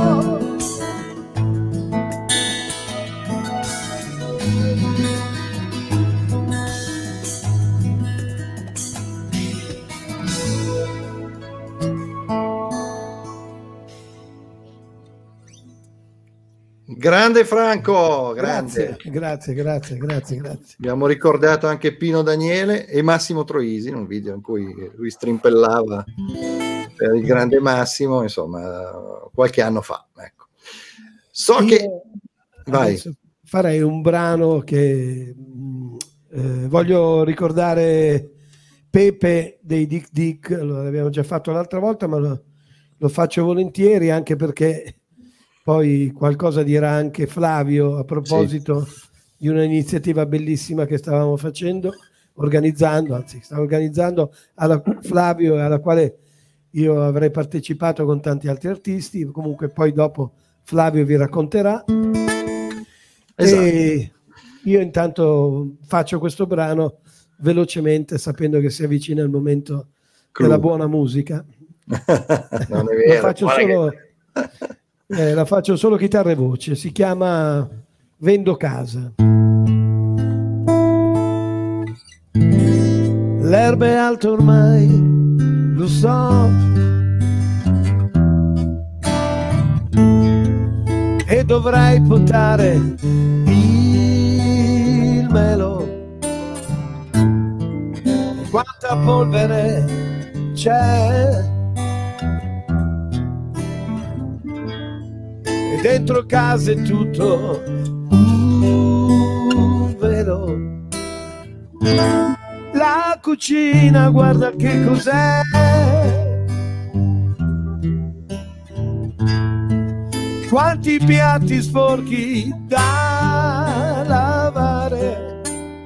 Grande Franco, grande. Grazie, grazie, grazie, grazie, grazie. Abbiamo ricordato anche Pino Daniele e Massimo Troisi in un video in cui lui strimpellava per il grande Massimo, insomma, qualche anno fa. Ecco. So Io che... Vai. Farei un brano che eh, voglio ricordare Pepe dei Dick Dick, lo abbiamo già fatto l'altra volta, ma lo, lo faccio volentieri anche perché poi qualcosa dirà anche Flavio a proposito sì. di un'iniziativa bellissima che stavamo facendo, organizzando, anzi sta organizzando alla, Flavio, alla quale io avrei partecipato con tanti altri artisti. Comunque poi dopo Flavio vi racconterà. Esatto. E io intanto faccio questo brano velocemente, sapendo che si avvicina il momento Cru. della buona musica. Non è vero. La faccio solo... Che... Eh, la faccio solo chitarra e voce, si chiama Vendo casa. L'erba è alta ormai, lo so, e dovrai potare il melo. Quanta polvere c'è dentro casa è tutto un velo. La cucina, guarda che cos'è, quanti piatti sporchi da lavare,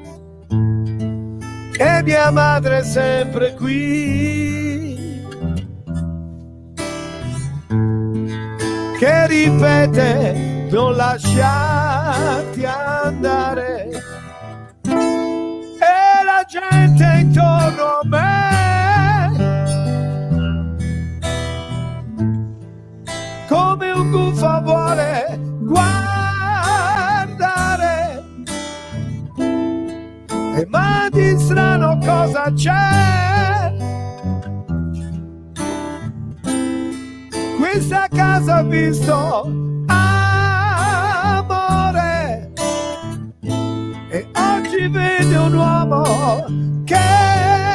e mia madre è sempre qui che ripete non lasciarti andare, e la gente intorno a me come un gufo vuole guardare, e ma di strano cosa c'è, questa casa ha visto amore, e oggi vede un uomo che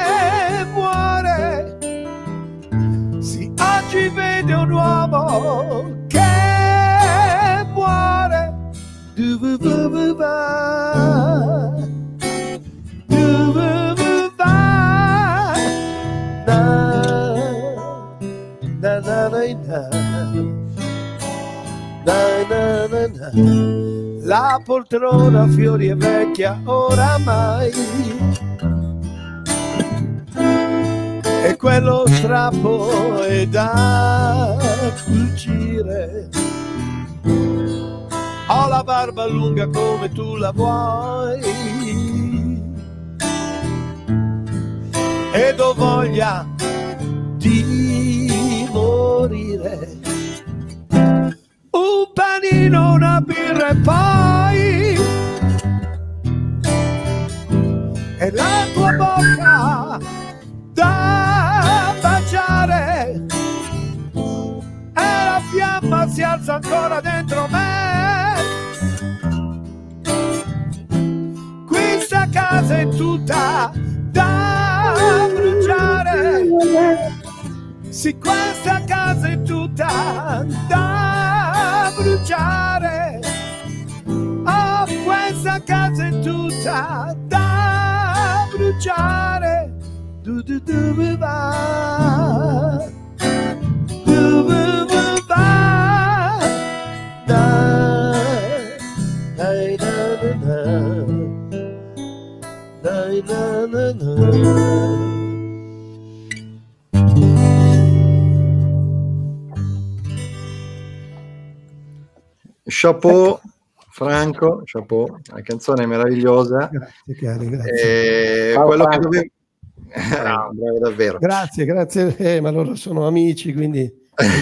un uomo che muore. Du-bu-bu-bu-va. Du-bu-bu-va. Na, na, na, na, na. Na, na, na, na. La poltrona fiori è vecchia oramai, e quello strappo è da cucire. Ho la barba lunga come tu la vuoi, ed ho voglia di morire. Un panino, una birra e poi, e la tua bocca da baciare, e la fiamma si alza ancora dentro me. Questa casa è tutta da bruciare, sì, questa casa è tutta da bruciare. Oh, questa casa è tutta da bruciare. Du du du bu va, du bu bu va, da, dai da da da, dai da da da. Chapeau, Franco, chapeau, la canzone è meravigliosa. Grazie, cari, grazie. Eh, Ciao, quello Franco. che dovevo... Bravo, davvero. Grazie, grazie, eh, ma loro sono amici, quindi...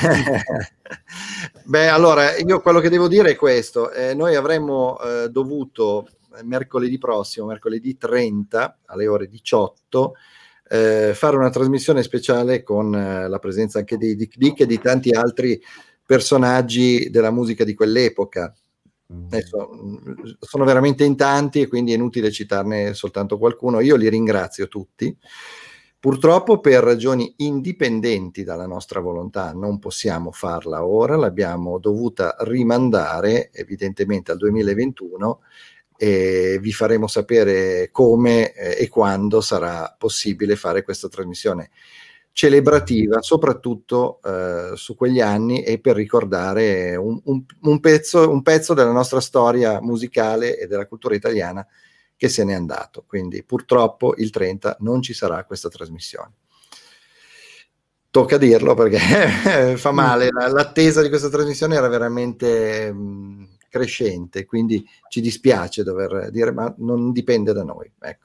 Beh, allora, io quello che devo dire è questo. Eh, noi avremmo eh, dovuto mercoledì prossimo, mercoledì trenta, alle ore diciotto, eh, fare una trasmissione speciale con eh, la presenza anche di Dick Dick e di tanti altri personaggi della musica di quell'epoca. Adesso sono veramente in tanti e quindi è inutile citarne soltanto qualcuno. Io li ringrazio tutti. Purtroppo, per ragioni indipendenti dalla nostra volontà, non possiamo farla ora, l'abbiamo dovuta rimandare evidentemente al duemilaventuno, e vi faremo sapere come eh, e quando sarà possibile fare questa trasmissione celebrativa, soprattutto eh, su quegli anni, e per ricordare un, un, un, pezzo, un pezzo della nostra storia musicale e della cultura italiana che se n'è andato. Quindi purtroppo il trenta non ci sarà questa trasmissione. Tocca dirlo perché fa male, l'attesa di questa trasmissione era veramente mh, crescente, quindi ci dispiace dover dire, ma non dipende da noi, ecco.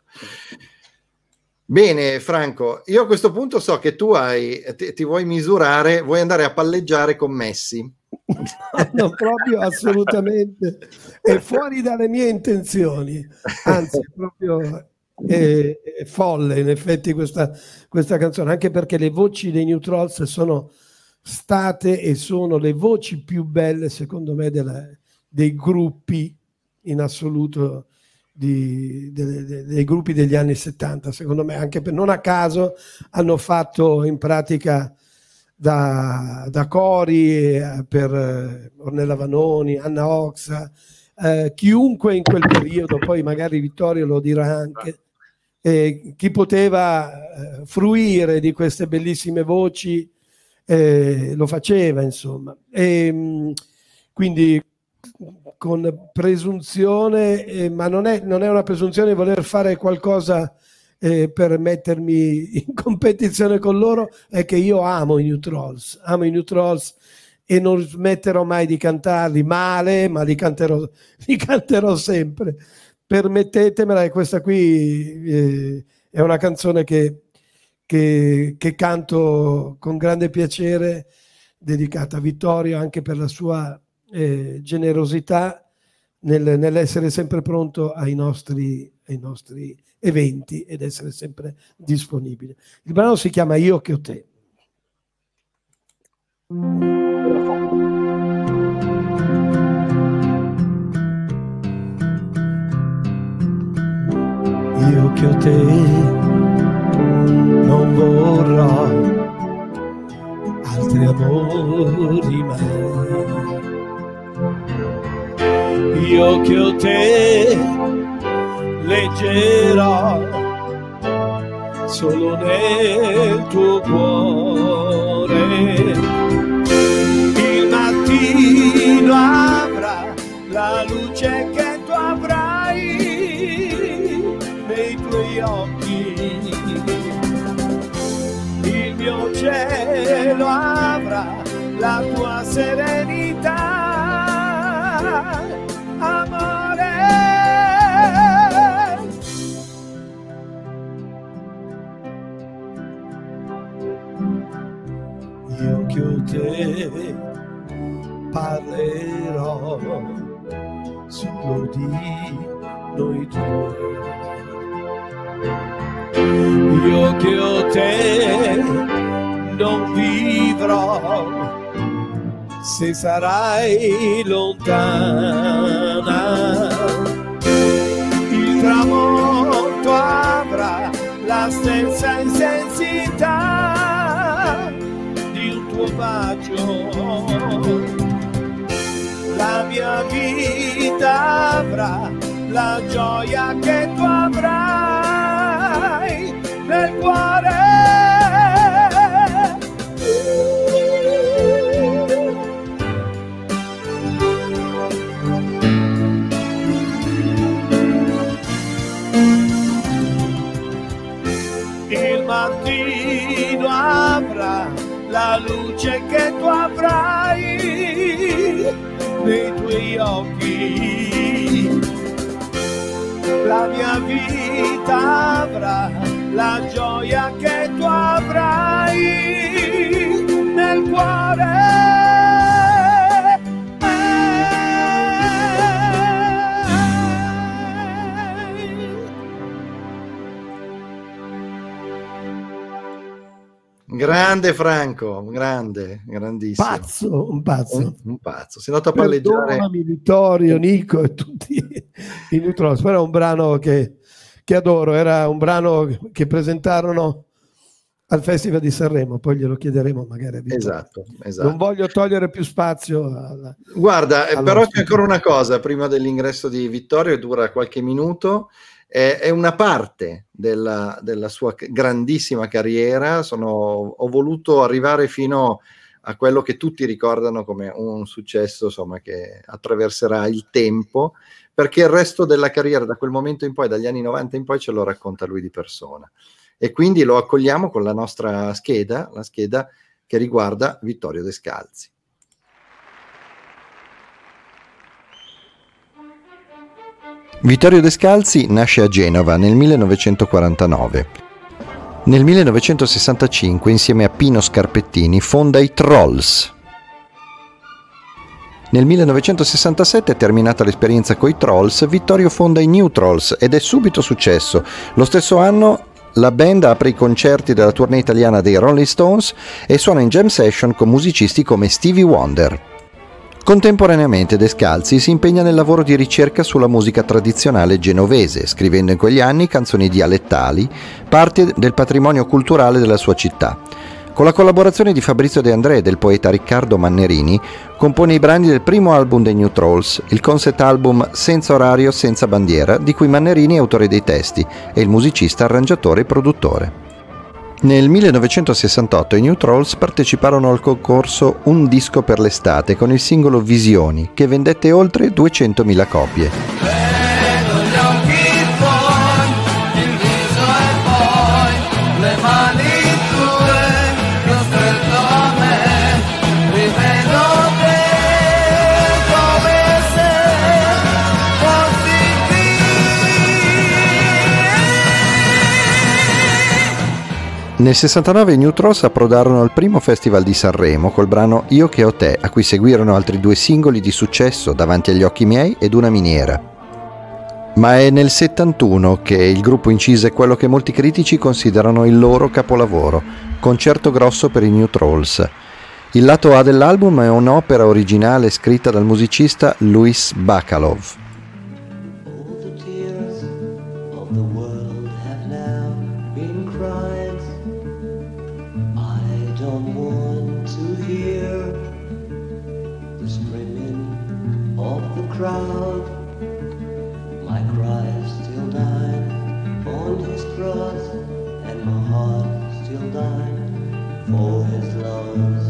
Bene, Franco, io a questo punto so che tu hai, ti, ti vuoi misurare, vuoi andare a palleggiare con Messi. No, proprio assolutamente è fuori dalle mie intenzioni, anzi è proprio è, è folle in effetti questa, questa canzone, anche perché le voci dei New Trolls sono state e sono le voci più belle secondo me della, dei gruppi in assoluto, di, de, de, dei gruppi degli anni settanta, secondo me, anche per, non a caso hanno fatto in pratica da, da cori eh, per eh, Ornella Vanoni, Anna Oxa, eh, chiunque in quel periodo, poi magari Vittorio lo dirà anche, eh, chi poteva eh, fruire di queste bellissime voci eh, lo faceva, insomma. E, mh, quindi con presunzione, eh, ma non è, non è una presunzione voler fare qualcosa eh, per mettermi in competizione con loro, è che io amo i New Trolls, amo i New Trolls e non smetterò mai di cantarli male, ma li canterò, li canterò sempre. Permettetemela, e questa qui eh, è una canzone che, che, che canto con grande piacere, dedicata a Vittorio anche per la sua eh, generosità nel, nell'essere sempre pronto ai nostri, ai nostri eventi ed essere sempre disponibile. Il brano si chiama Io che ho te. Io che ho te non vorrò altri altri amori mai. Io che ho te leggerò solo nel tuo cuore. Il mattino avrà la luce che tu avrai nei tuoi occhi, il mio cielo avrà la tua serenità, amore. Io che ho te parlerò solo di noi due. Io che ho te non vivrò se sarai lontana. Il tramonto avrà la stessa intensità di un tuo bacio. La mia vita avrà la gioia che tu avrai nel cuore. Il mattino avrà la luce che tu avrai nei tuoi occhi, la mia vita avrà la gioia che tu avrai nel cuore. Grande Franco, grande, grandissimo. Pazzo, un pazzo. Un, un pazzo. Si è andato a palleggiare. Perdonami Vittorio, Nico e tutti i New Trolls. Però è un brano che, che adoro, era un brano che presentarono al Festival di Sanremo, poi glielo chiederemo magari a Vittorio. Esatto, esatto. Non voglio togliere più spazio alla, guarda, alla però c'è ancora una cosa prima dell'ingresso di Vittorio, dura qualche minuto. È una parte della, della sua grandissima carriera. Sono, ho voluto arrivare fino a quello che tutti ricordano come un successo, insomma, che attraverserà il tempo, perché il resto della carriera da quel momento in poi, dagli anni novanta in poi, ce lo racconta lui di persona, e quindi lo accogliamo con la nostra scheda, la scheda che riguarda Vittorio Descalzi. Vittorio Descalzi nasce a Genova nel millenovecentoquarantanove. Nel millenovecentosessantacinque, insieme a Pino Scarpettini, fonda i Trolls. Nel millenovecentosessantasette, terminata l'esperienza coi Trolls, Vittorio fonda i New Trolls ed è subito successo. Lo stesso anno la band apre i concerti della tournée italiana dei Rolling Stones e suona in jam session con musicisti come Stevie Wonder. Contemporaneamente Descalzi si impegna nel lavoro di ricerca sulla musica tradizionale genovese, scrivendo in quegli anni canzoni dialettali, parte del patrimonio culturale della sua città. Con la collaborazione di Fabrizio De André e del poeta Riccardo Mannerini, compone i brani del primo album dei New Trolls, il concept album Senza orario, senza bandiera, di cui Mannerini è autore dei testi e il musicista, arrangiatore e produttore. Nel millenovecentosessantotto i New Trolls parteciparono al concorso Un disco per l'estate con il singolo Visioni, che vendette oltre duecentomila copie. Vedo gli occhi tuoi, il viso e poi le mani tue che ho stretto a me, rivedo te come se fossi qui. Nel sessantanove i New Trolls approdarono al primo festival di Sanremo col brano Io che ho te, a cui seguirono altri due singoli di successo, Davanti agli occhi miei ed Una miniera. Ma è nel settantuno che il gruppo incise quello che molti critici considerano il loro capolavoro, Concerto grosso per i New Trolls. Il lato A dell'album è un'opera originale scritta dal musicista Luis Bacalov. To hear crowd, my cries still died on his cross, and my heart still died for his loss.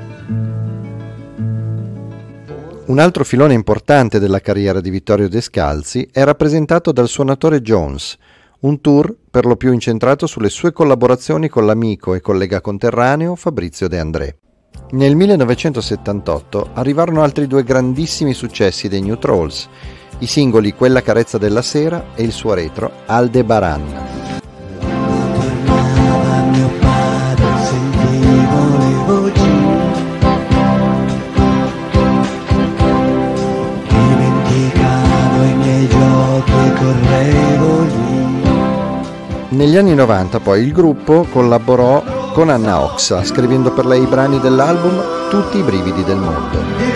Un altro filone importante della carriera di Vittorio Descalzi è rappresentato dal suonatore Jones, un tour per lo più incentrato sulle sue collaborazioni con l'amico e collega conterraneo Fabrizio De André. Nel millenovecentosettantotto arrivarono altri due grandissimi successi dei New Trolls, i singoli Quella carezza della sera e il suo retro Aldebaran. Negli anni novanta poi il gruppo collaborò con Anna Oxa, scrivendo per lei i brani dell'album Tutti i brividi del mondo.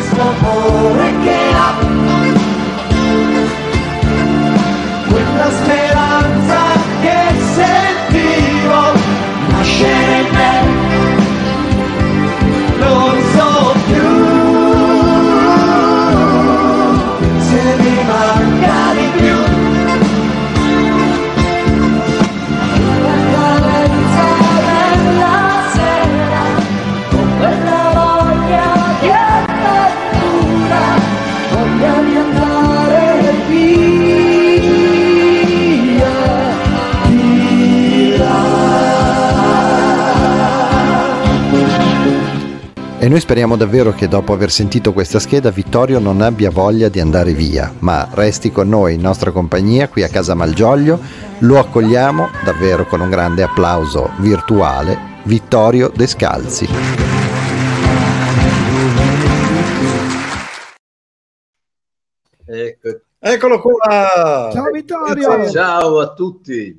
Quella speranza che sentivo nascere in me, non so più se mi manca di più. E noi speriamo davvero che dopo aver sentito questa scheda Vittorio non abbia voglia di andare via, ma resti con noi in nostra compagnia qui a Casa Malgioglio. Lo accogliamo davvero con un grande applauso virtuale, Vittorio Descalzi. Ecco. Eccolo qua! Ciao Vittorio! Ciao a tutti!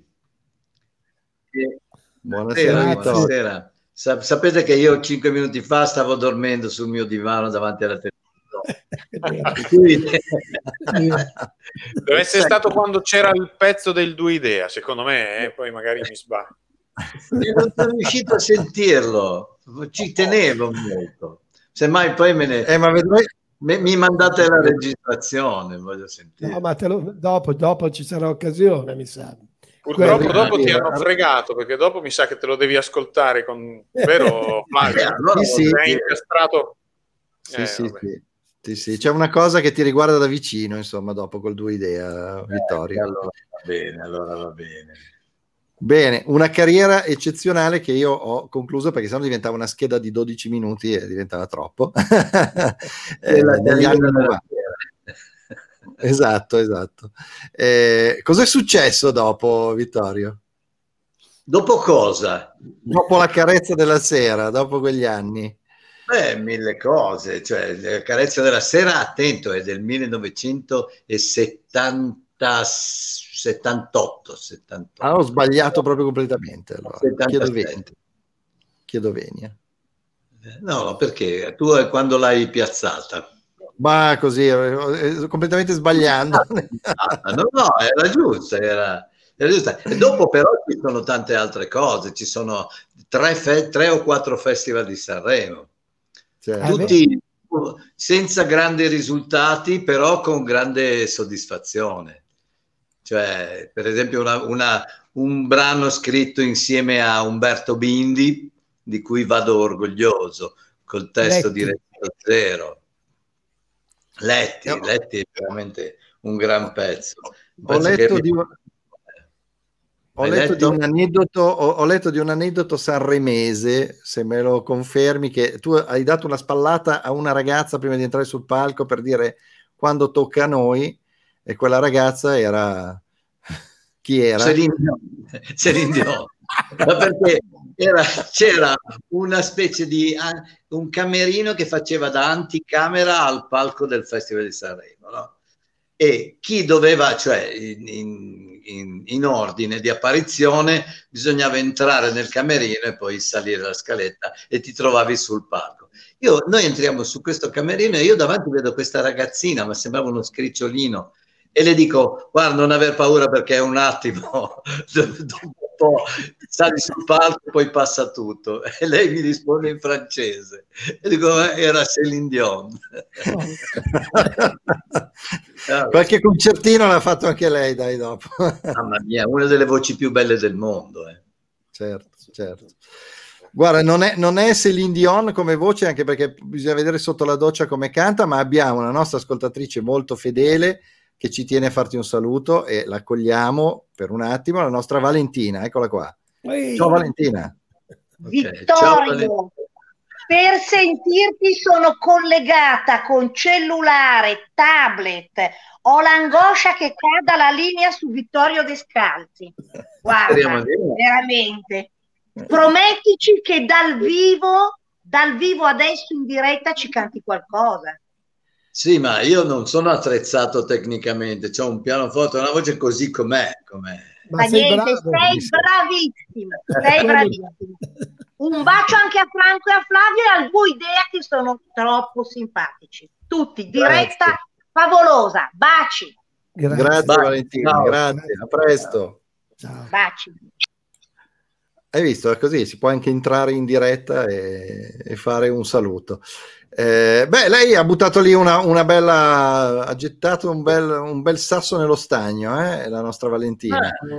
Buonasera, buonasera. Sa- sapete che io cinque minuti fa stavo dormendo sul mio divano davanti alla televisione. Deve essere stato quando c'era il pezzo del Due Idea, secondo me, eh? Poi magari mi sbaglio. Non sono riuscito a sentirlo, ci tenevo molto. Semmai poi me ne... Eh, ma vedrai... me, mi mandate la registrazione, voglio sentire. No, ma te lo, dopo, dopo ci sarà occasione, mi sa. Purtroppo Quello- dopo ti hanno fregato, perché dopo mi sa che te lo devi ascoltare con... Vero Flavio? Eh, allora, Sì, sì. Sei incastrato... Sì, Eh, sì, vabbè. sì. Sì, sì. C'è una cosa che ti riguarda da vicino, insomma, dopo col Due Idea, Vittorio. Eh, allora va bene, allora va bene. Bene, una carriera eccezionale che io ho concluso perché sennò diventava una scheda di dodici minuti e diventava troppo. Eh, La negli carriera anni della novanta. Esatto, esatto. Eh, cos'è successo dopo, Vittorio? Dopo cosa? Dopo la carezza della sera, dopo quegli anni? Beh, mille cose, cioè la carezza della sera, attento, è del millenovecentosettantotto settantotto. Ah, ho sbagliato proprio completamente. Allora. Chiedo settantasette. venia. Chiedo venia. No, no, perché tu eh, quando l'hai piazzata? Ma così, eh, completamente sbagliando. Ah, no, no, era giusta, era, era giusta. E dopo però ci sono tante altre cose, ci sono tre, fe- tre o quattro festival di Sanremo, Cioè, tutti senza grandi risultati, però con grande soddisfazione. Cioè, per esempio, una, una, un brano scritto insieme a Umberto Bindi, di cui vado orgoglioso, col testo Letti. di Reggio Zero. Letti, Io- Letti è veramente un gran pezzo. Un Ho pezzo letto che- di, ho Hai letto letto? di un aneddoto, ho, ho letto di un aneddoto sanremese, se me lo confermi, che tu hai dato una spallata a una ragazza prima di entrare sul palco per dire quando tocca a noi, e quella ragazza era... Chi era? Celine Dion. Celine Dion. Ma perché era- c'era una specie di ah, un camerino che faceva da anticamera al palco del Festival di Sanremo, no? E chi doveva, cioè in, in- in- in ordine di apparizione, bisognava entrare nel camerino e poi salire la scaletta e ti trovavi sul palco. Io, noi entriamo su questo camerino e io davanti vedo questa ragazzina, ma sembrava uno scricciolino, e le dico: guarda, non aver paura perché è un attimo, dopo dopo sali sul palco, poi passa tutto. E lei mi risponde in francese. E dico, era Céline Dion. Qualche concertino l'ha fatto anche lei, dai, dopo. Mamma mia, una delle voci più belle del mondo. Eh. Certo, certo. Guarda, non è, non è Céline Dion come voce, anche perché bisogna vedere sotto la doccia come canta, ma abbiamo una nostra ascoltatrice molto fedele che ci tiene a farti un saluto e l'accogliamo per un attimo, la nostra Valentina, eccola qua. Ehi. Ciao Valentina. Vittorio, Okay. Ciao, Valentina. per sentirti sono collegata con cellulare, tablet, ho l'angoscia che cada la linea su Vittorio Descalzi. Guarda, veramente. Promettici che dal vivo, dal vivo adesso in diretta ci canti qualcosa. Sì, ma io non sono attrezzato tecnicamente, c'ho un pianoforte, una voce così com'è. com'è. Ma, ma niente, bravo, sei bravissimo, sei bravissimo. Un bacio anche a Franco e a Flavio e al V Idea che sono troppo simpatici. Tutti, diretta grazie. Favolosa, baci. Grazie, grazie baci. Valentina, ciao. Grazie, a presto. Ciao. Baci. Hai visto, è così, si può anche entrare in diretta e, e fare un saluto. Eh, beh, lei ha buttato lì una, una bella, ha gettato un bel, un bel sasso nello stagno, eh, la nostra Valentina.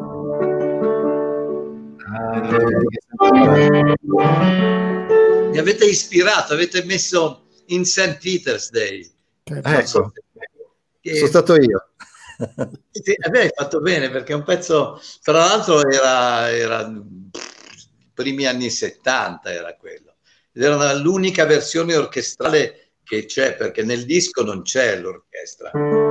Ah. Mi avete ispirato, avete messo in Saint Peter's Day. Ecco, che... sono stato io. Sì, beh, hai fatto bene perché un pezzo, tra l'altro era, era primi anni settanta era quello. Ed era l'unica versione orchestrale che c'è, perché nel disco non c'è l'orchestra.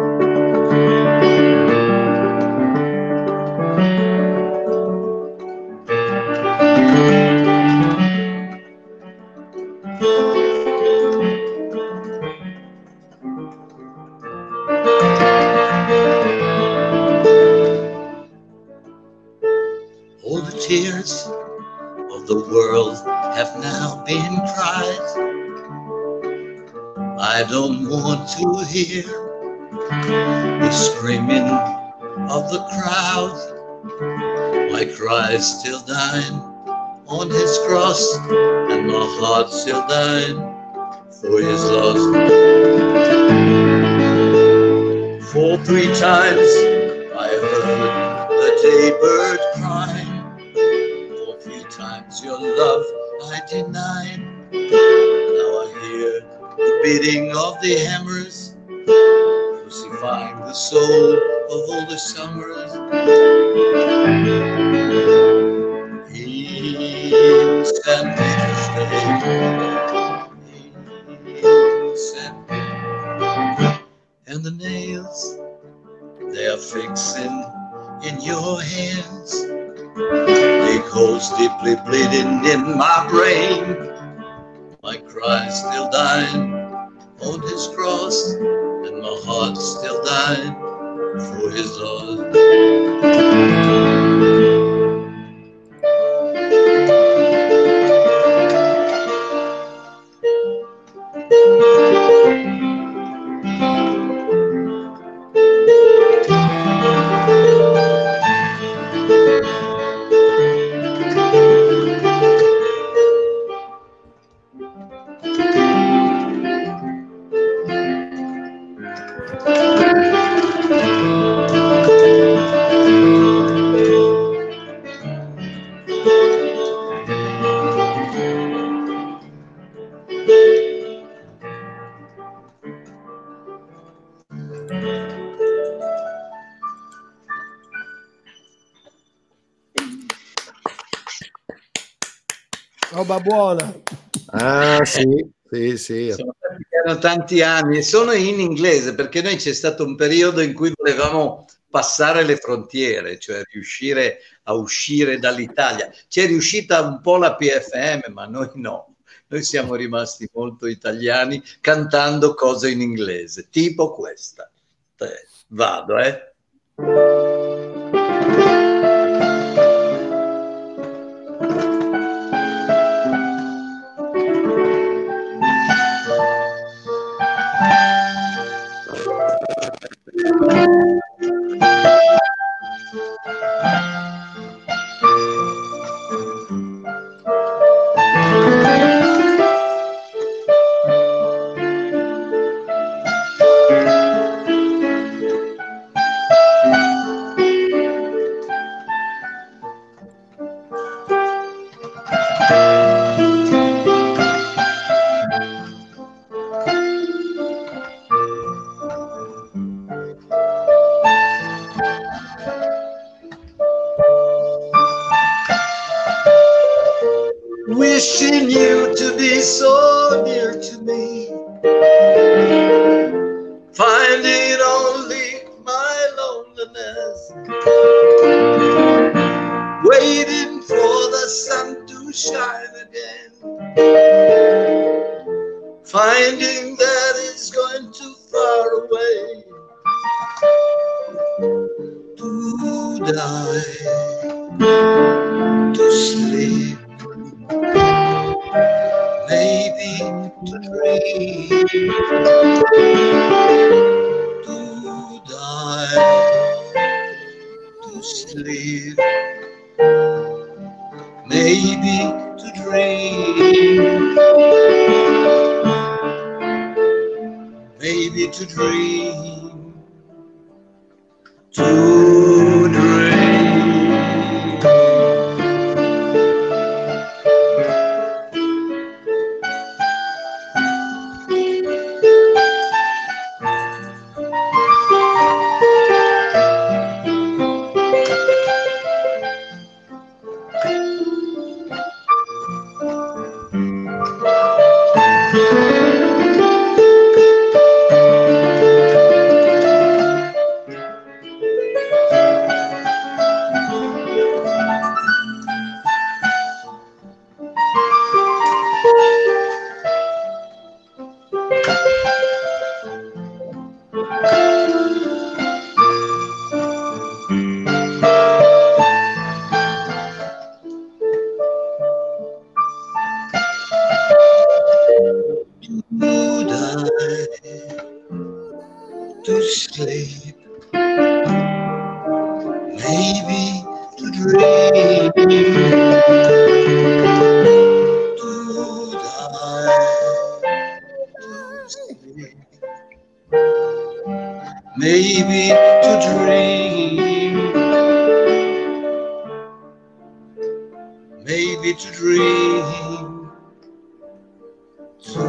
All the tears of the world have now been cried. I don't want to hear the screaming of the crowd. My cries still dying on his cross, and my heart still dying for his loss. For three times I heard the daybird crying. Your love I denied. Now I hear the beating of the hammers, crucifying the soul of all the summers. In Saint Peter's Day, in Saint Peter's, and the nails they are fixing in your hands. Big holes deeply bleeding in my brain. My cries still dying on his cross, and my heart still dying for his loss. Roba buona. Ah sì, sì, sì. Sono erano tanti anni e sono in inglese perché noi c'è stato un periodo in cui volevamo passare le frontiere, cioè riuscire a uscire dall'Italia. C'è riuscita un po' la P F M, ma noi no. Noi siamo rimasti molto italiani cantando cose in inglese, tipo questa. Eh, vado, eh. so dear to me. Finding only my loneliness, waiting for the sun to shine again, finding that it's going too far away to die, to sleep, maybe to dream, to die, to sleep, maybe to dream, maybe to dream, to dream. To sleep, maybe to dream, to die, to sleep, maybe to dream, maybe to dream, to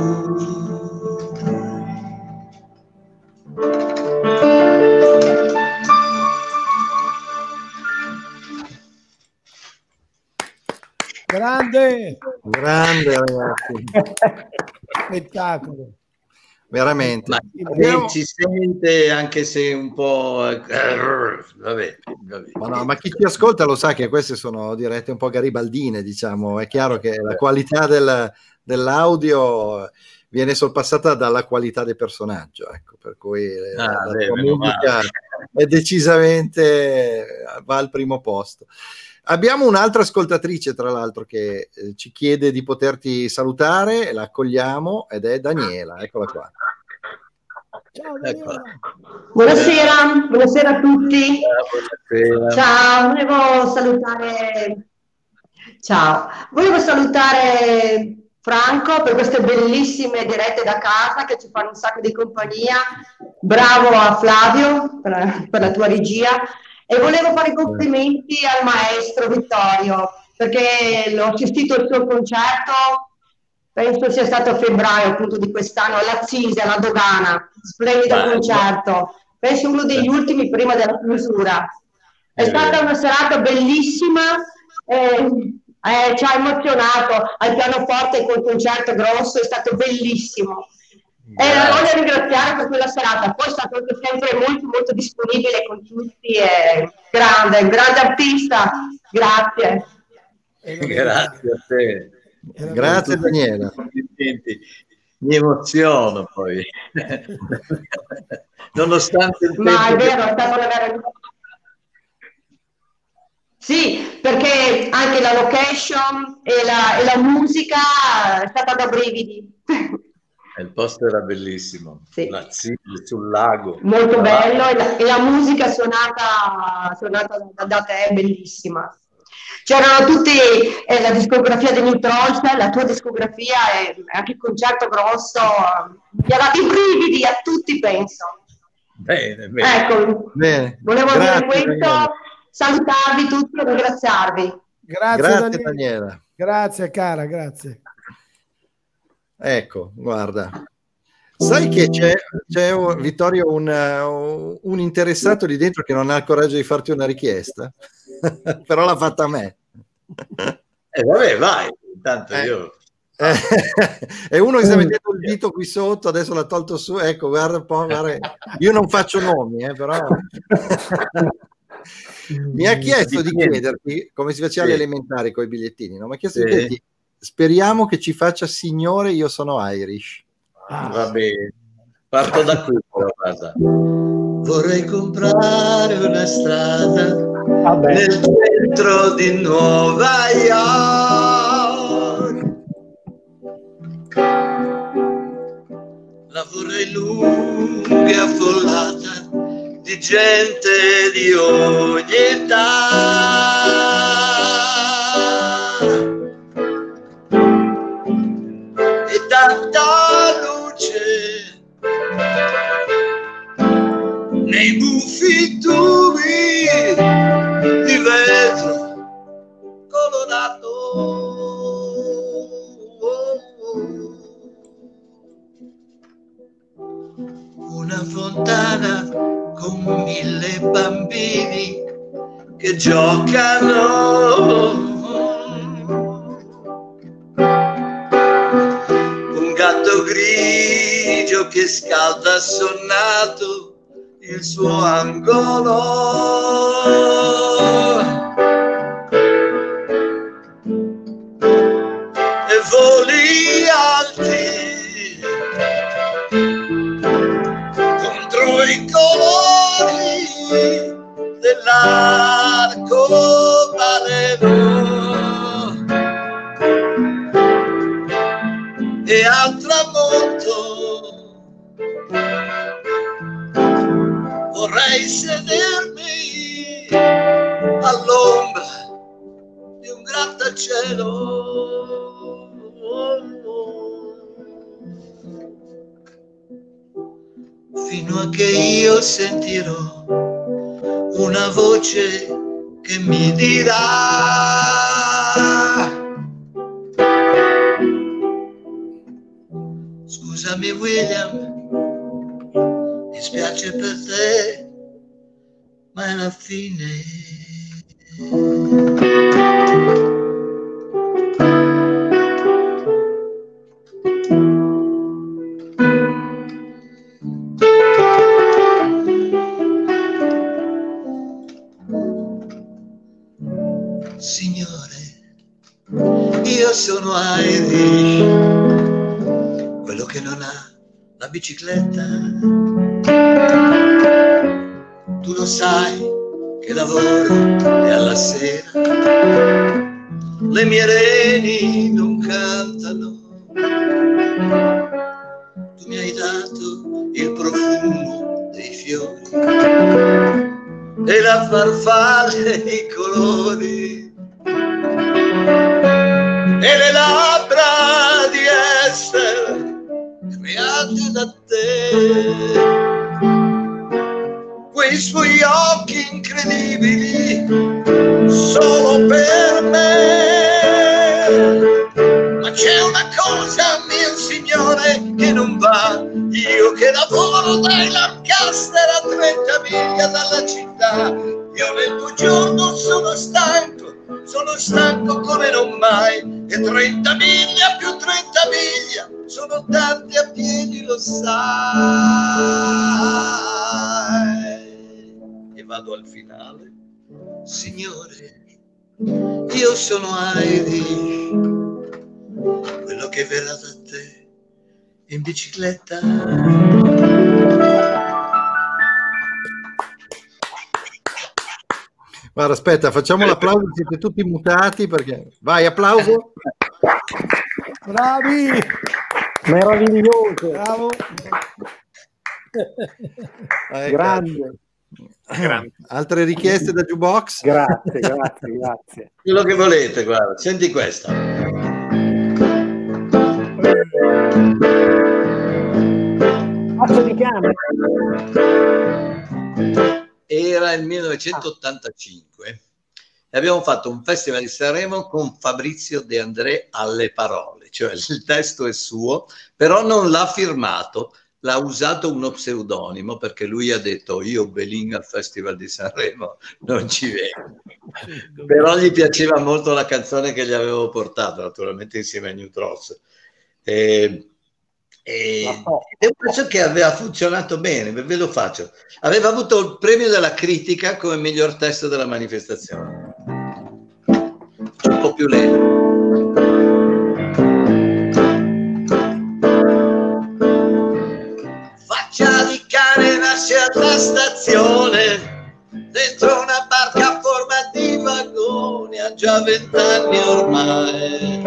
Grande, grande ragazzi, spettacolo, veramente. Ma Abbiamo... ci sente anche se un po', vabbè, vabbè. Ma, no, ma chi ci ascolta lo sa che queste sono dirette un po' garibaldine, diciamo. È chiaro che la qualità del, dell'audio viene sorpassata dalla qualità del personaggio, ecco, per cui ah, la, beh, la musica è decisamente va al primo posto. Abbiamo un'altra ascoltatrice, tra l'altro, che eh, ci chiede di poterti salutare, la accogliamo, ed è Daniela, eccola qua. Ciao Daniela. Buonasera, buonasera a tutti. Buonasera. Ciao, volevo salutare Ciao, volevo salutare Franco per queste bellissime dirette da casa che ci fanno un sacco di compagnia. Bravo a Flavio per la, per la tua regia. E volevo fare i complimenti al maestro Vittorio, perché l'ho assistito al suo concerto, penso sia stato a febbraio appunto di quest'anno, alla Zise, alla Dogana, splendido Beh, concerto, penso uno degli ultimi prima della chiusura. È eh, stata una serata bellissima, eh, eh, ci ha emozionato, al pianoforte col concerto grosso, è stato bellissimo. E la voglio ringraziare per quella serata, poi è stato anche sempre molto molto disponibile con tutti, e grande, grande artista, grazie. Grazie a te. Grazie Daniela. Mi emoziono poi, nonostante il Ma tempo è vero, che... è stata una vera... Sì, perché anche la location e la, e la musica è stata da brividi. Il posto era bellissimo, sì. La Zise sul lago. Molto bello, e la, e la musica suonata, suonata da, da te è bellissima. C'erano tutti, eh, la discografia di New Trollstyle, la tua discografia e anche il concerto grosso, mi ha dato i brividi a tutti, penso. Bene, bene. Ecco, bene. volevo Grazie, dire questo, Daniela. salutarvi tutti e ringraziarvi. Grazie, Grazie Daniela. Daniela. Grazie cara, grazie. Ecco, guarda. Sai che c'è, c'è un, Vittorio, un, uh, un interessato lì dentro che non ha il coraggio di farti una richiesta? Però l'ha fatta a me. Eh, vabbè, vai, intanto Eh. io... Eh, è uno che sta mettendo il dito qui sotto, adesso l'ha tolto su, ecco, guarda un po', guarda. Io non faccio nomi, eh, però mi ha chiesto di chiederti, come si faceva sì. alle elementari con i bigliettini, no? Mi ha chiesto sì. di chiederti, speriamo che ci faccia signore, io sono Irish. Ah, va bene, parto da qui, guarda. Vorrei comprare una strada Vabbè. nel centro di Nuova York. La vorrei lunga e affollata di gente di ogni età. E tanta luce nei buffi tubi di vetro colorato. Una fontana con mille bambini che giocano. Un gatto grigio che scalda sonnato il suo angolo. E voli alti contro i colori dell'arcobaleno. E al tramonto vorrei sedermi all'ombra di un grattacielo. Fino a che io sentirò una voce che mi dirà: scusami William, mi spiace per te, ma è la fine. Signore, io sono Irish, quello che non ha la bicicletta. Tu lo sai che lavoro e alla sera le mie reni non cantano. Tu mi hai dato il profumo dei fiori e la farfalla e i colori e le labbra di Esther create da te, quei suoi occhi incredibili solo per me. Ma c'è una cosa, mio signore, che non va. Io che lavoro dai Lancaster a trenta miglia dalla città, io nel tuo giorno sono stanco, sono stanco come non mai. E trenta miglia più trenta miglia sono tante a piedi, lo sai. E vado al finale. Signore, io sono Irish, quello che verrà da te in bicicletta. Guarda, aspetta, facciamo l'applauso, siete tutti mutati perché... Vai, applauso. Bravi! Meraviglioso! Bravo! Eh, Grande! Grande. Altre richieste da Jukebox? Grazie, grazie, grazie. Quello che volete, guarda, senti questa. Faccio di cane. Era il millenovecentottantacinque e abbiamo fatto un festival di Sanremo con Fabrizio De André alle parole, cioè il testo è suo, però non l'ha firmato, l'ha usato uno pseudonimo perché lui ha detto io Belin al Festival di Sanremo non ci vengo, però gli piaceva molto la canzone che gli avevo portato, naturalmente insieme a New Trolls. E, e è un pezzo che aveva funzionato bene, ve lo faccio. Aveva avuto il premio della critica come miglior testo della manifestazione. Un po' più lento. Faccia di cane nasce alla stazione, dentro una barca a forma di vagone, ha già vent'anni ormai.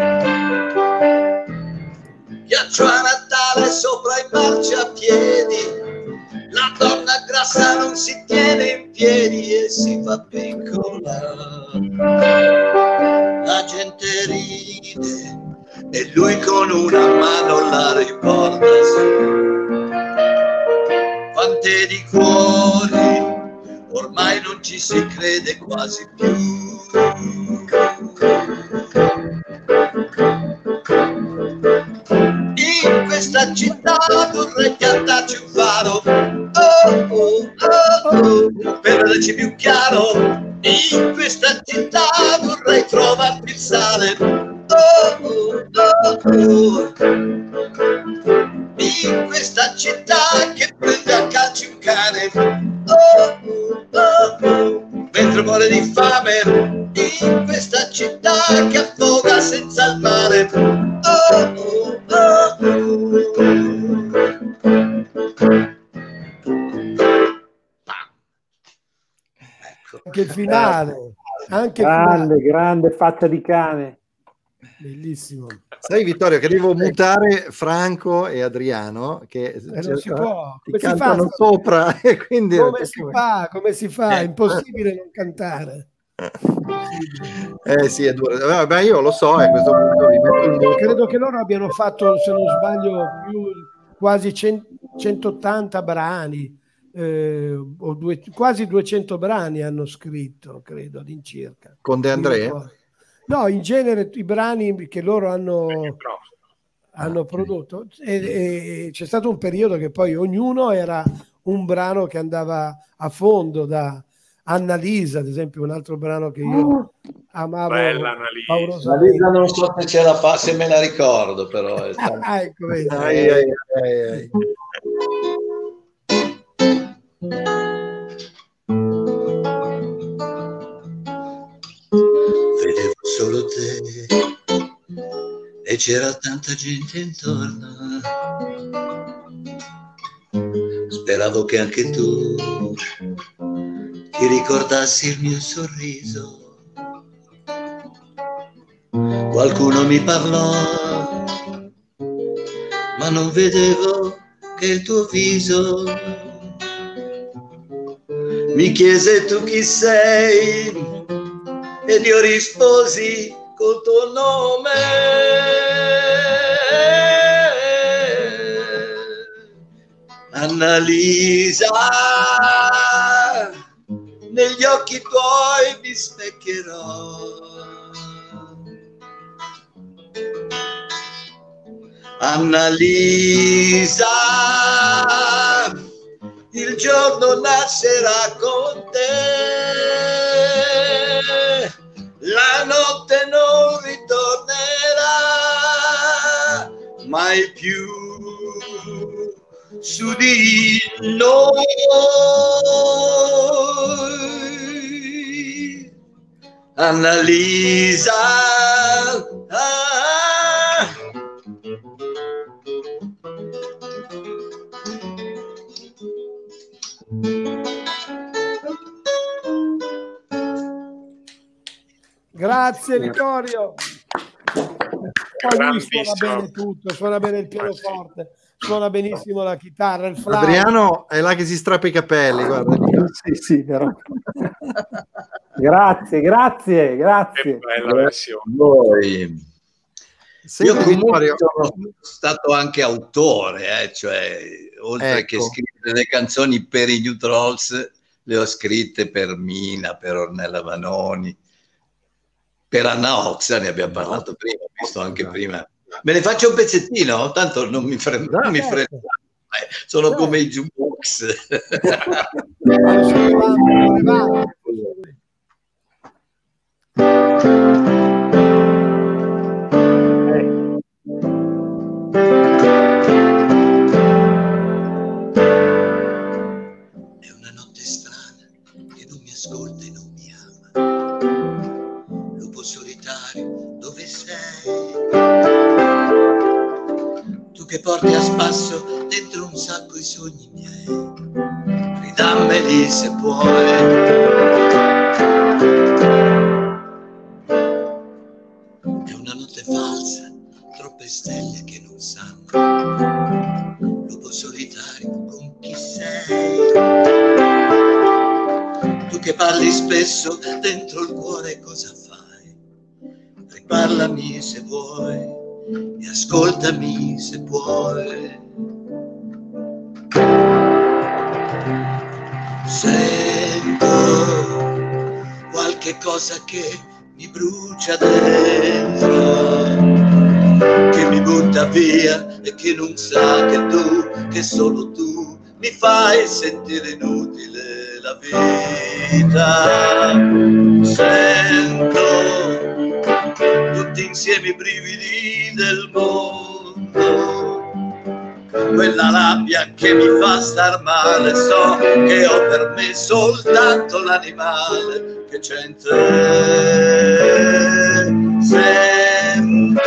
Ghiaccio a Natale sopra i marciapiedi, la donna grassa non si tiene in piedi e si fa piccola. La gente ride e lui con una mano la riporta su. Quante di cuori, ormai non ci si crede quasi più. In questa città vorrei piantarci un faro, oh, oh, oh, oh, per vederci più chiaro. In questa città vorrei trovarti il sale, oh, oh, oh, oh. In questa città che prende a calci un cane, oh, oh, oh, oh, mentre muore di fame. In questa città che affoga senza il mare, oh, oh, oh, ecco. Anche il finale, anche grande, il finale. grande faccia di cane. Bellissimo. Sai Vittorio che devo mutare Franco e Adriano che eh, non si può. Come si cantano fa? Sopra e quindi come si fa? Come si fa? È impossibile non cantare. Eh sì, è duro. Vabbè, io lo so, a questo punto credo che loro abbiano fatto, se non sbaglio, più quasi centottanta brani, eh, o due, quasi duecento brani hanno scritto, credo, all'incirca. Con De André? No, in genere i brani che loro hanno, hanno prodotto, e, e c'è stato un periodo che poi ognuno era un brano che andava a fondo, da Annalisa, ad esempio, un altro brano che io amavo. Bella Annalisa. Annalisa non so se ce la fa, se me la ricordo, però. È stato... ah, ecco, vedi. Ai, ai, ai, ai. Vedevo solo te e c'era tanta gente intorno. Speravo che anche tu ti ricordassi il mio sorriso. Qualcuno mi parlò, ma non vedevo che il tuo viso. Mi chiese tu chi sei ed io risposi col tuo nome. Annalisa, negli occhi tuoi mi specchierò. Annalisa, il giorno nascerà con te, la notte non ritornerà mai più su di noi. Annalisa, ah. Grazie Vittorio. Poi lui suona bene tutto, suona bene il pianoforte, suona benissimo la chitarra, il flauto. Adriano è là che si strappa i capelli, guarda. Sì, sì, però. Grazie, grazie, grazie. Che bella versione. Voi. Io comunque sono stato anche autore, eh, cioè oltre ecco. che scrivere le canzoni per i New Trolls, le ho scritte per Mina, per Ornella Vanoni, per Anna Oxa, ne abbiamo parlato prima, ho visto anche prima. Me ne faccio un pezzettino, tanto non mi frega. Non mi frega. sono come i jukebox. È una notte strana che non mi ascolta e non mi ama. Lupo solitario, dove sei? Tu che porti a spasso dentro un sacco i sogni miei, ridammeli se puoi. È una notte falsa, troppe stelle che non sanno. Lupo solitario, con chi sei? Tu che parli spesso dentro il cuore, cosa fai? Riparlami se vuoi e ascoltami se puoi. Sento qualche cosa che mi brucia dentro, che mi butta via e che non sa che tu, che solo tu mi fai sentire inutile la vita. Sento tutti insieme i brividi del mondo, quella rabbia che mi fa star male, so che ho per me soltanto l'animale che c'è in te. Sento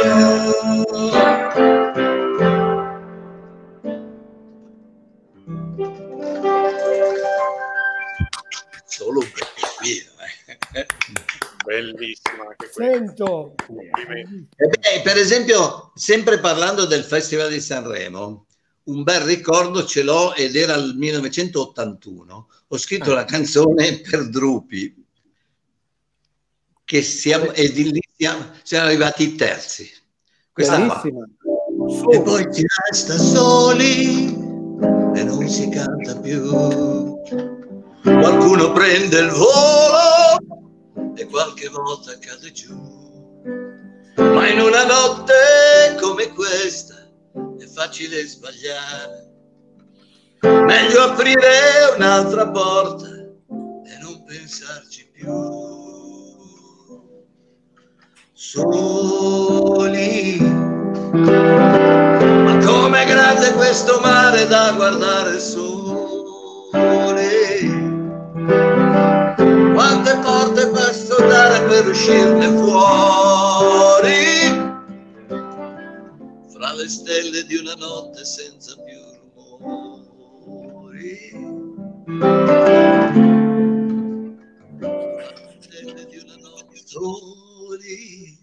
solo un pochino, eh. Bellissima anche questa. Sento. Eh beh, per esempio, sempre parlando del Festival di Sanremo, un bel ricordo ce l'ho, ed era il millenovecentottantuno. Ho scritto la canzone per Drupi, che siamo, e di lì siamo, siamo arrivati terzi. Questa qua. E poi si resta soli e non si canta più. Qualcuno prende il volo e qualche volta cade giù. Ma in una notte come questa è facile sbagliare. Meglio aprire un'altra porta e non pensarci più. Soli, ma com'è grande questo mare da guardare sole. Quante porte per sfondare per uscirne fuori, fra le stelle di una notte senza più rumori. Fra le stelle di una notte soli.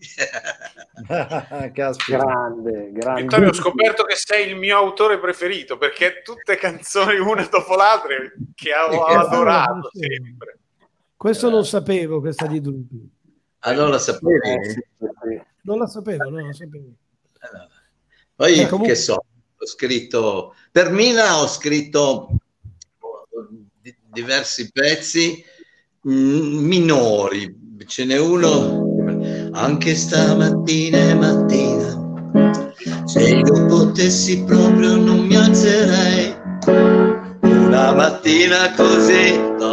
grande, grande. Vittorio, ho scoperto che sei il mio autore preferito, perché tutte canzoni una dopo l'altra che ho adorato sempre. Questo non sapevo, questa di Drupi. Allora la sapevi? Non la sapevo, non la sapevo. Allora. Poi eh, comunque... che so, ho scritto per Mina, ho scritto di, diversi pezzi mh, minori. Ce n'è uno anche stamattina è mattina, se io potessi proprio non mi alzerei. Una mattina così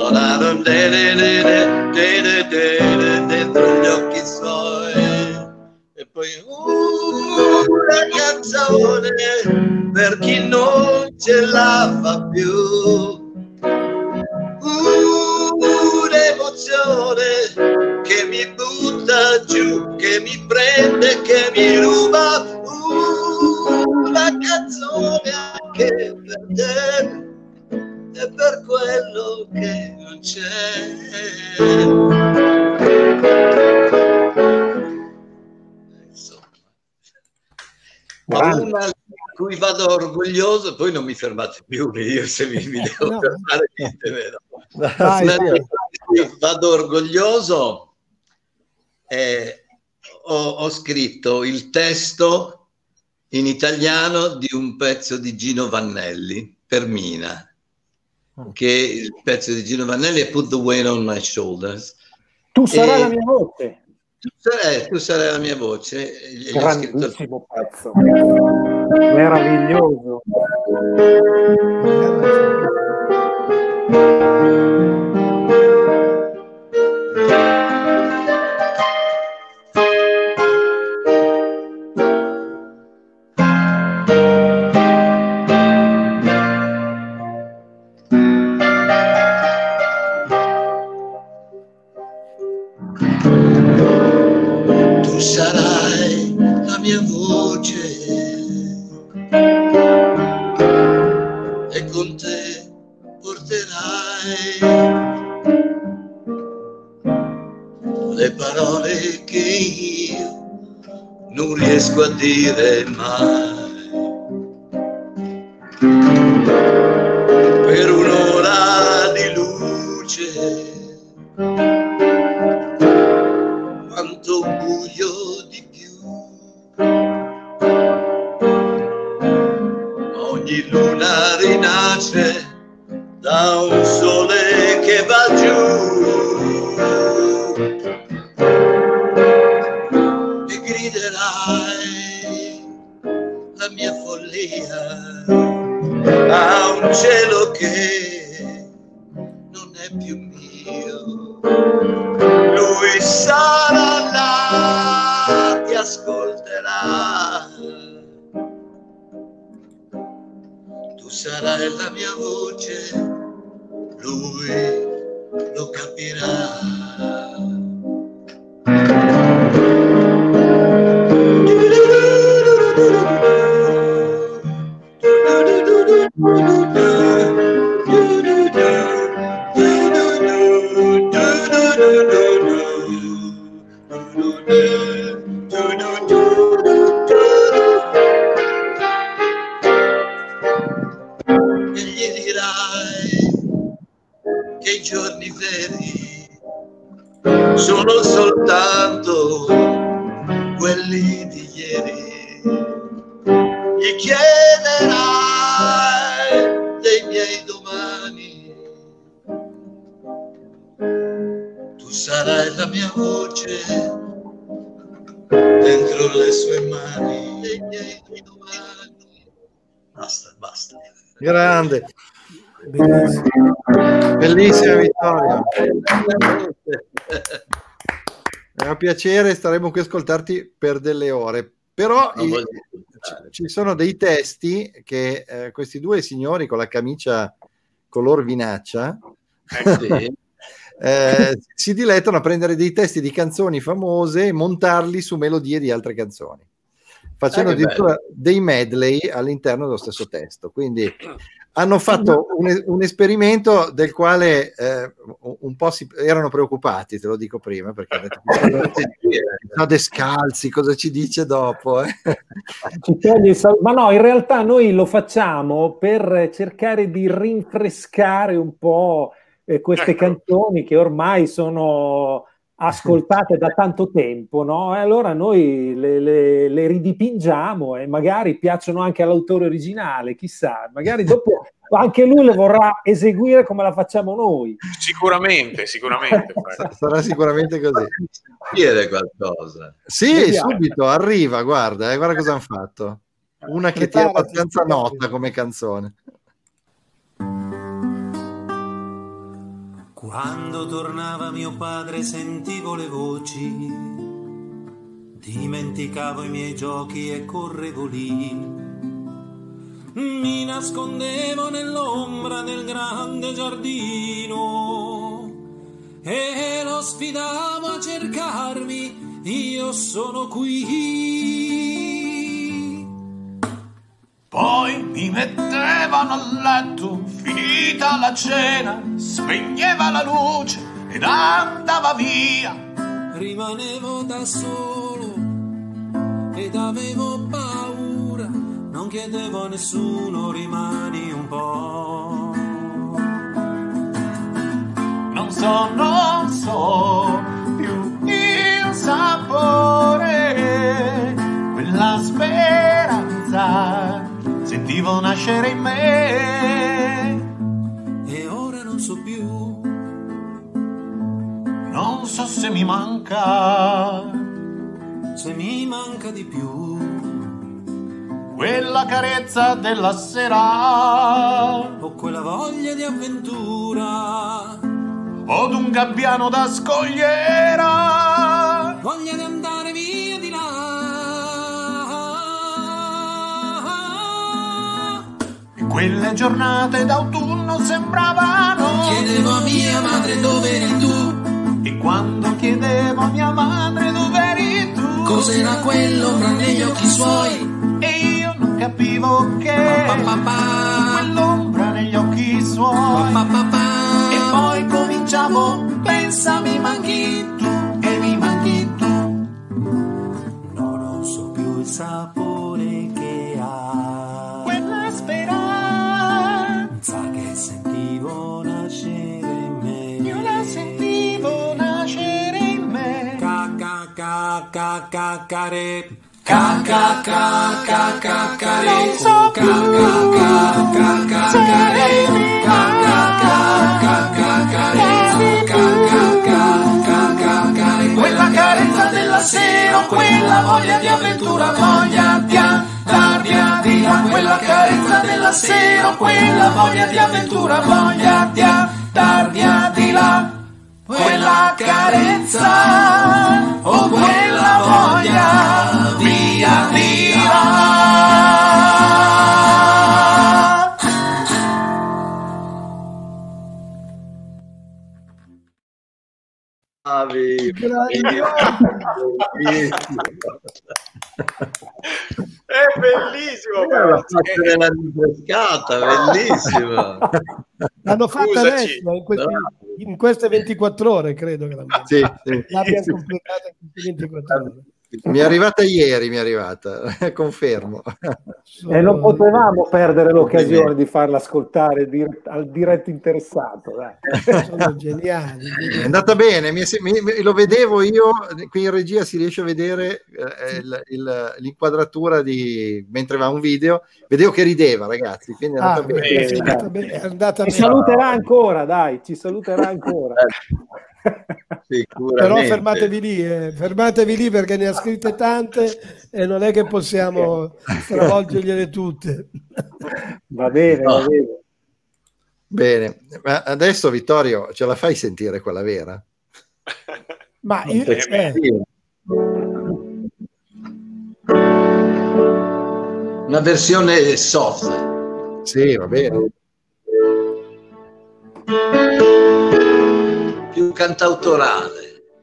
dentro gli occhi suoi, e poi una canzone per chi non ce la fa più, un'emozione che mi butta giù, che mi prende, che mi ruba, una canzone anche per te e per quello che non c'è. Insomma, ma una di cui vado orgoglioso, poi non mi fermate più, io se mi, mi devo no. fermare niente, vado orgoglioso. Eh, ho, ho scritto il testo in italiano di un pezzo di Gino Vannelli per Mina, che il pezzo di Gino Vannelli è Put the Weight on My Shoulders. Tu sarai e... la mia voce. Tu sarai, tu sarai la mia voce. Grandissimo pezzo. Meraviglioso. Tu sarai la mia voce e con te porterai le parole che io non riesco a dire mai. Per un'ora di luce quanto buio di più, ogni luna rinasce da un sole che va giù e griderai la mia follia a un cielo che non è più mio. Lui sarà là, ti ascolterà. Tu sarai la mia voce, lui lo capirà. E gli dirai che i giorni veri sono soltanto quelli di ieri. Gli chiederai dei miei domani. Tu sarai la mia voce dentro le sue mani. Dei miei domani. Basta, basta. Grande. Bellissima, bellissima Vittoria. È un piacere, staremo qui a ascoltarti per delle ore. Però i, ci sono dei testi che eh, questi due signori con la camicia color vinaccia eh, eh, si dilettano a prendere dei testi di canzoni famose e montarli su melodie di altre canzoni, facendo eh, addirittura dei medley all'interno dello stesso testo. Quindi hanno fatto un, un esperimento del quale eh, un po' si, erano preoccupati, te lo dico prima, perché hanno detto, no, Descalzi, cosa ci dice dopo? Eh? Ma no, in realtà noi lo facciamo per cercare di rinfrescare un po' eh, queste canzoni che ormai sono ascoltate da tanto tempo, no? E allora noi le, le, le ridipingiamo e magari piacciono anche all'autore originale, chissà, magari dopo anche lui le vorrà eseguire come la facciamo noi. Sicuramente, sicuramente. Sarà sicuramente così. Dire qualcosa. Sì, Vediamo. subito, arriva, guarda, eh, guarda cosa hanno fatto. Una che ti è abbastanza nota come canzone. Quando tornava mio padre sentivo le voci, dimenticavo i miei giochi e correvo lì. Mi nascondevo nell'ombra del grande giardino e lo sfidavo a cercarmi, io sono qui. Poi mi mettevano a letto, finita la cena, spegneva la luce ed andava via. Rimanevo da solo ed avevo paura, non chiedevo a nessuno, rimani un po'. Non so, non so più il sapore, quella speranza sentivo nascere in me. E ora non so più, non so se mi manca, se mi manca di più. quella carezza della sera, ho quella voglia di avventura, ho d'un gabbiano da scogliera, voglia di andare via di là. E quelle giornate d'autunno sembravano, Chiedevo a mia madre dove eri tu, e quando chiedevo a mia madre dove eri tu, cos'era quell'ombra negli occhi suoi, e io non capivo che pa, pa, pa. quell'ombra negli occhi suoi, Pa, pa, pa. e poi cominciavo, pensa mi manchi tu, e mi manchi tu. No, non so più il sapore che ha Quella speranza che sentivo nascere in me, io la sentivo nascere in me. ca ca ca ca ca care, ca ca ca ca ca care, Non so ca ca ca ca ca care, ca ca ca ca ca care, ca ca ca ca ca care. Quella carezza della sera, quella voglia di avventura, voglia di andar via di là. Quella carezza della sera, quella voglia di avventura, voglia di andar via di là. Quella carezza, oh quella voglia via di là. Bravi. È bellissimo, La però. faccia della rinfrescata, bellissimo. L'hanno fatta Scusaci. adesso, in, questi- in queste ventiquattro ore, credo che l'abbia- Sì, sì. l'abbia completata in queste ventiquattro ore. Mi è arrivata ieri, mi è arrivata, confermo. E non potevamo perdere l'occasione di farla ascoltare dir- al diretto interessato. Dai. Sono geniali. È andata bene, mi è se- mi- mi- lo vedevo io, qui in regia si riesce a vedere eh, il- il- l'inquadratura di mentre va un video, vedevo che rideva, ragazzi, quindi è andata Ah, bene. beh, è andata bene, è andata Ci bene. saluterà ancora, dai, ci saluterà ancora. Sicuramente. Però fermatevi lì, eh, fermatevi lì perché ne ha scritte tante e non è che possiamo stravolgergliele tutte. Va bene, va No. bene. Bene, ma adesso Vittorio ce la fai sentire quella vera? Ma io, eh, Una versione soft. Sì, va bene. Più cantautorale.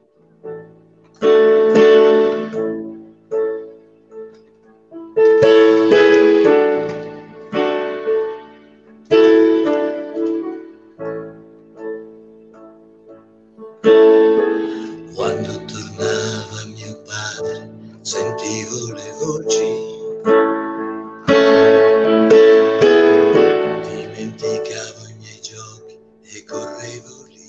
Quando tornava mio padre sentivo le voci, dimenticavo i miei giochi e correvo lì.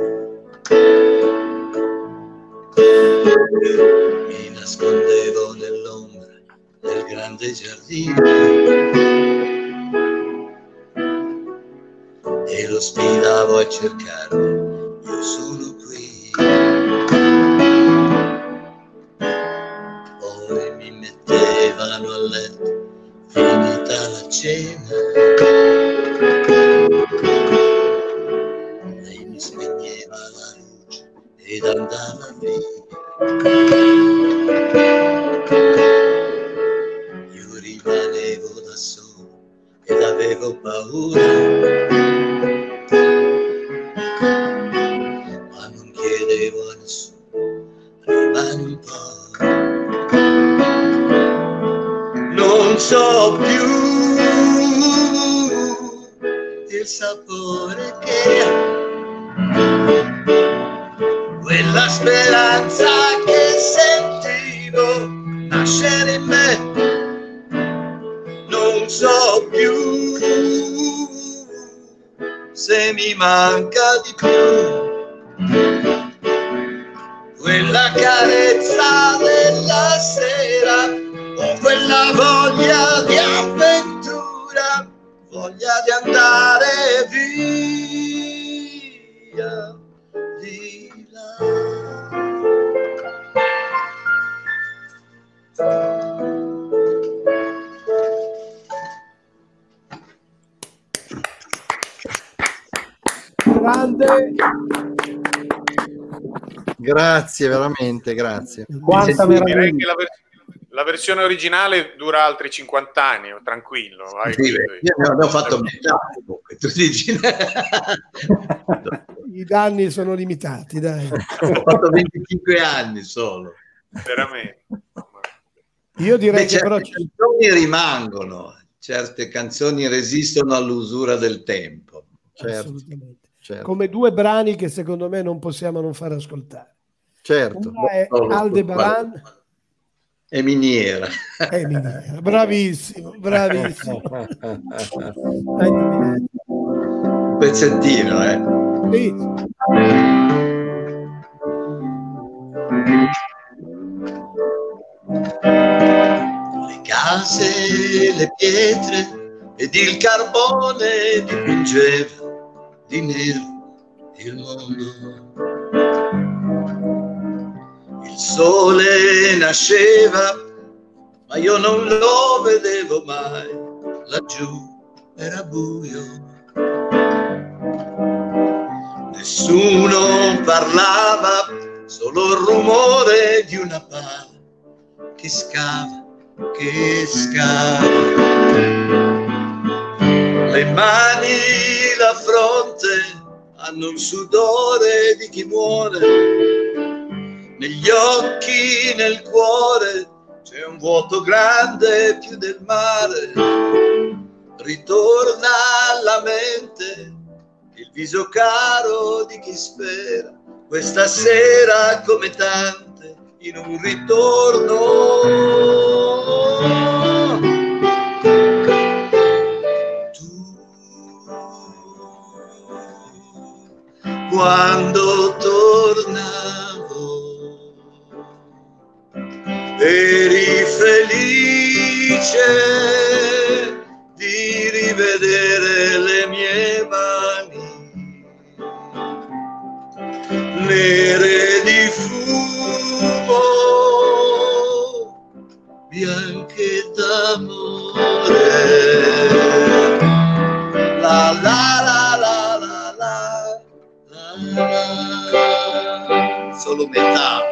Mi nascondevo nell'ombra del grande giardino e lo sfidavo a cercarmi, io sono qui. Poi mi mettevano a letto, finita la cena, lei mi spegneva la luce ed andava via. Io rimanevo da solo ed avevo paura, ma non chiedevo a nessuno, rimani un po'. Non so più il sapore che ha quella speranza che sentivo nascere in me. Non so più se mi manca di più quella carezza della sera o quella voglia di avventura, voglia di andare via di là. grande. Grazie, veramente, grazie. Quanta Direi meraviglia. che la, ver- la versione originale dura altri cinquanta anni, tranquillo. Vai, Sì, quindi- io ne ho fatto metà comunque, tu dici I danni sono limitati, dai. ho fatto venticinque anni solo. veramente. Io direi Beh, che però certe canzoni rimangono, certe canzoni resistono all'usura del tempo. Certo, assolutamente. certo. Come due brani che secondo me non possiamo non far ascoltare. Certo. Una è Aldebaran e Miniera. e Miniera. Bravissimo, bravissimo. Hai indovinato. Un pezzettino, eh. Sì. Le case, le pietre ed il carbone dipingeva di nero il mondo. Il sole nasceva, ma io non lo vedevo mai, laggiù era buio. Nessuno parlava, solo il rumore di una pala che scava, che scava. Le mani, la fronte hanno il sudore di chi muore. Negli occhi, nel cuore c'è un vuoto grande più del mare. Ritorna alla mente il viso caro di chi spera questa sera come tante in un ritorno. Tu quando tornavo eri felice di rivedere le mie mani nere di fumo, bianche d'amore. La la la la la la la la. Solo metà.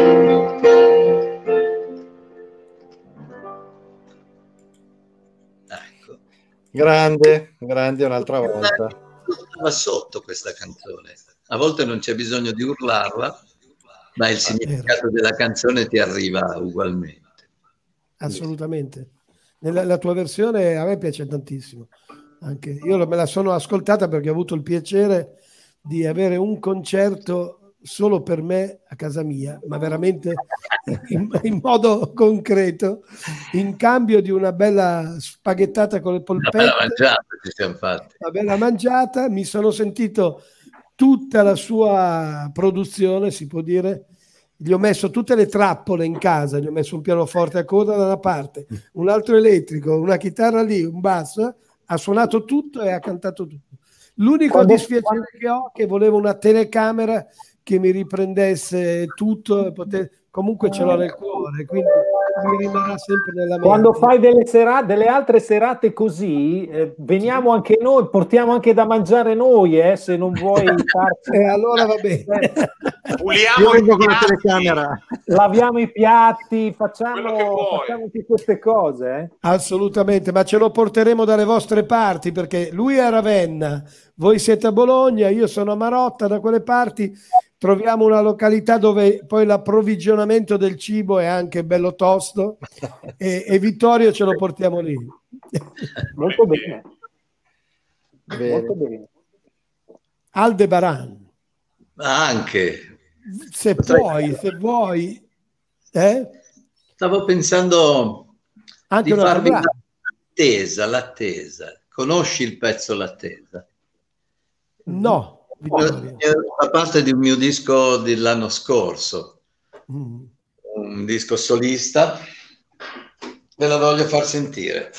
Ecco. Grande, grande un'altra volta. Va sotto questa canzone. A volte non c'è bisogno di urlarla, ma il significato della canzone ti arriva ugualmente. Assolutamente. Nella la tua versione a me piace tantissimo. Anche io me la sono ascoltata perché ho avuto il piacere di avere un concerto solo per me a casa mia, ma veramente in, in modo concreto, in cambio di una bella spaghettata con le polpette, Una bella mangiata ci siamo fatti. una bella mangiata, mi sono sentito tutta la sua produzione, si può dire. Gli ho messo tutte le trappole in casa, gli ho messo un pianoforte a coda da una parte, un altro elettrico, una chitarra lì, un basso, ha suonato tutto e ha cantato tutto. L'unico Quando- dispiacere che ho è che volevo una telecamera che mi riprendesse tutto, e poter... comunque ce l'ho nel cuore, quindi mi rimarrà sempre nella mente. Quando fai delle, sera- delle altre serate così, eh, veniamo anche noi, portiamo anche da mangiare noi, eh, se non vuoi starci. E allora va bene. Puliamo Io i vengo con la piatti. telecamera. Laviamo i piatti, Quello che facciamo, vuoi. facciamo tutte queste cose. Eh. Assolutamente, ma ce lo porteremo dalle vostre parti, perché lui è a Ravenna, voi siete a Bologna, io sono a Marotta, da quelle parti troviamo una località dove poi l'approvvigionamento del cibo è anche bello tosto e, e Vittorio ce lo portiamo lì. Molto bene, Bene. molto bene. Aldebaran, Ma anche, se Potrei- puoi, se vuoi, eh? stavo pensando Anche di una farvi brava. l'attesa, l'attesa. Conosci il pezzo L'attesa? No, Vittorio. Fa parte di un mio disco dell'anno scorso, Mm. un disco solista, ve la voglio far sentire.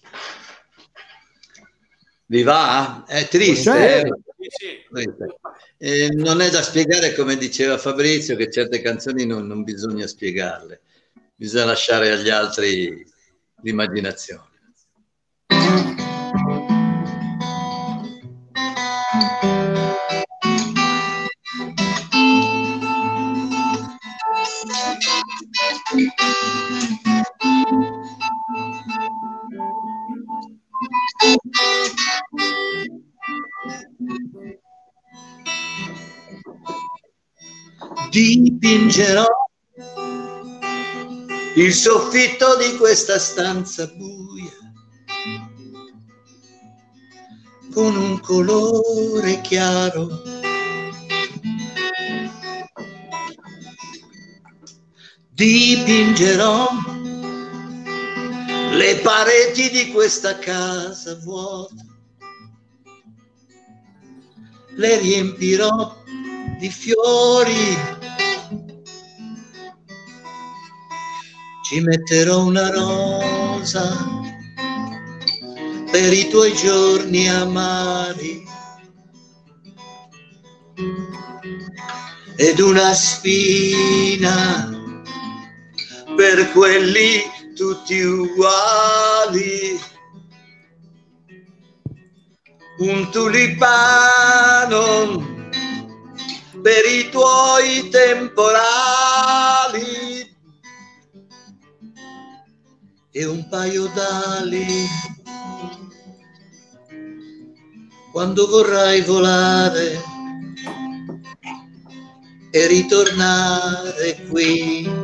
Vi va? È triste, Certo. eh? Sì, sì. Triste. Eh, non è da spiegare, come diceva Fabrizio, che certe canzoni non, non bisogna spiegarle, bisogna lasciare agli altri l'immaginazione. Dipingerò il soffitto di questa stanza buia con un colore chiaro. Dipingerò le pareti di questa casa vuota, le riempirò di fiori. Ci metterò una rosa per i tuoi giorni amari ed una spina per quelli tutti uguali, un tulipano per i tuoi temporali e un paio d'ali quando vorrai volare e ritornare qui.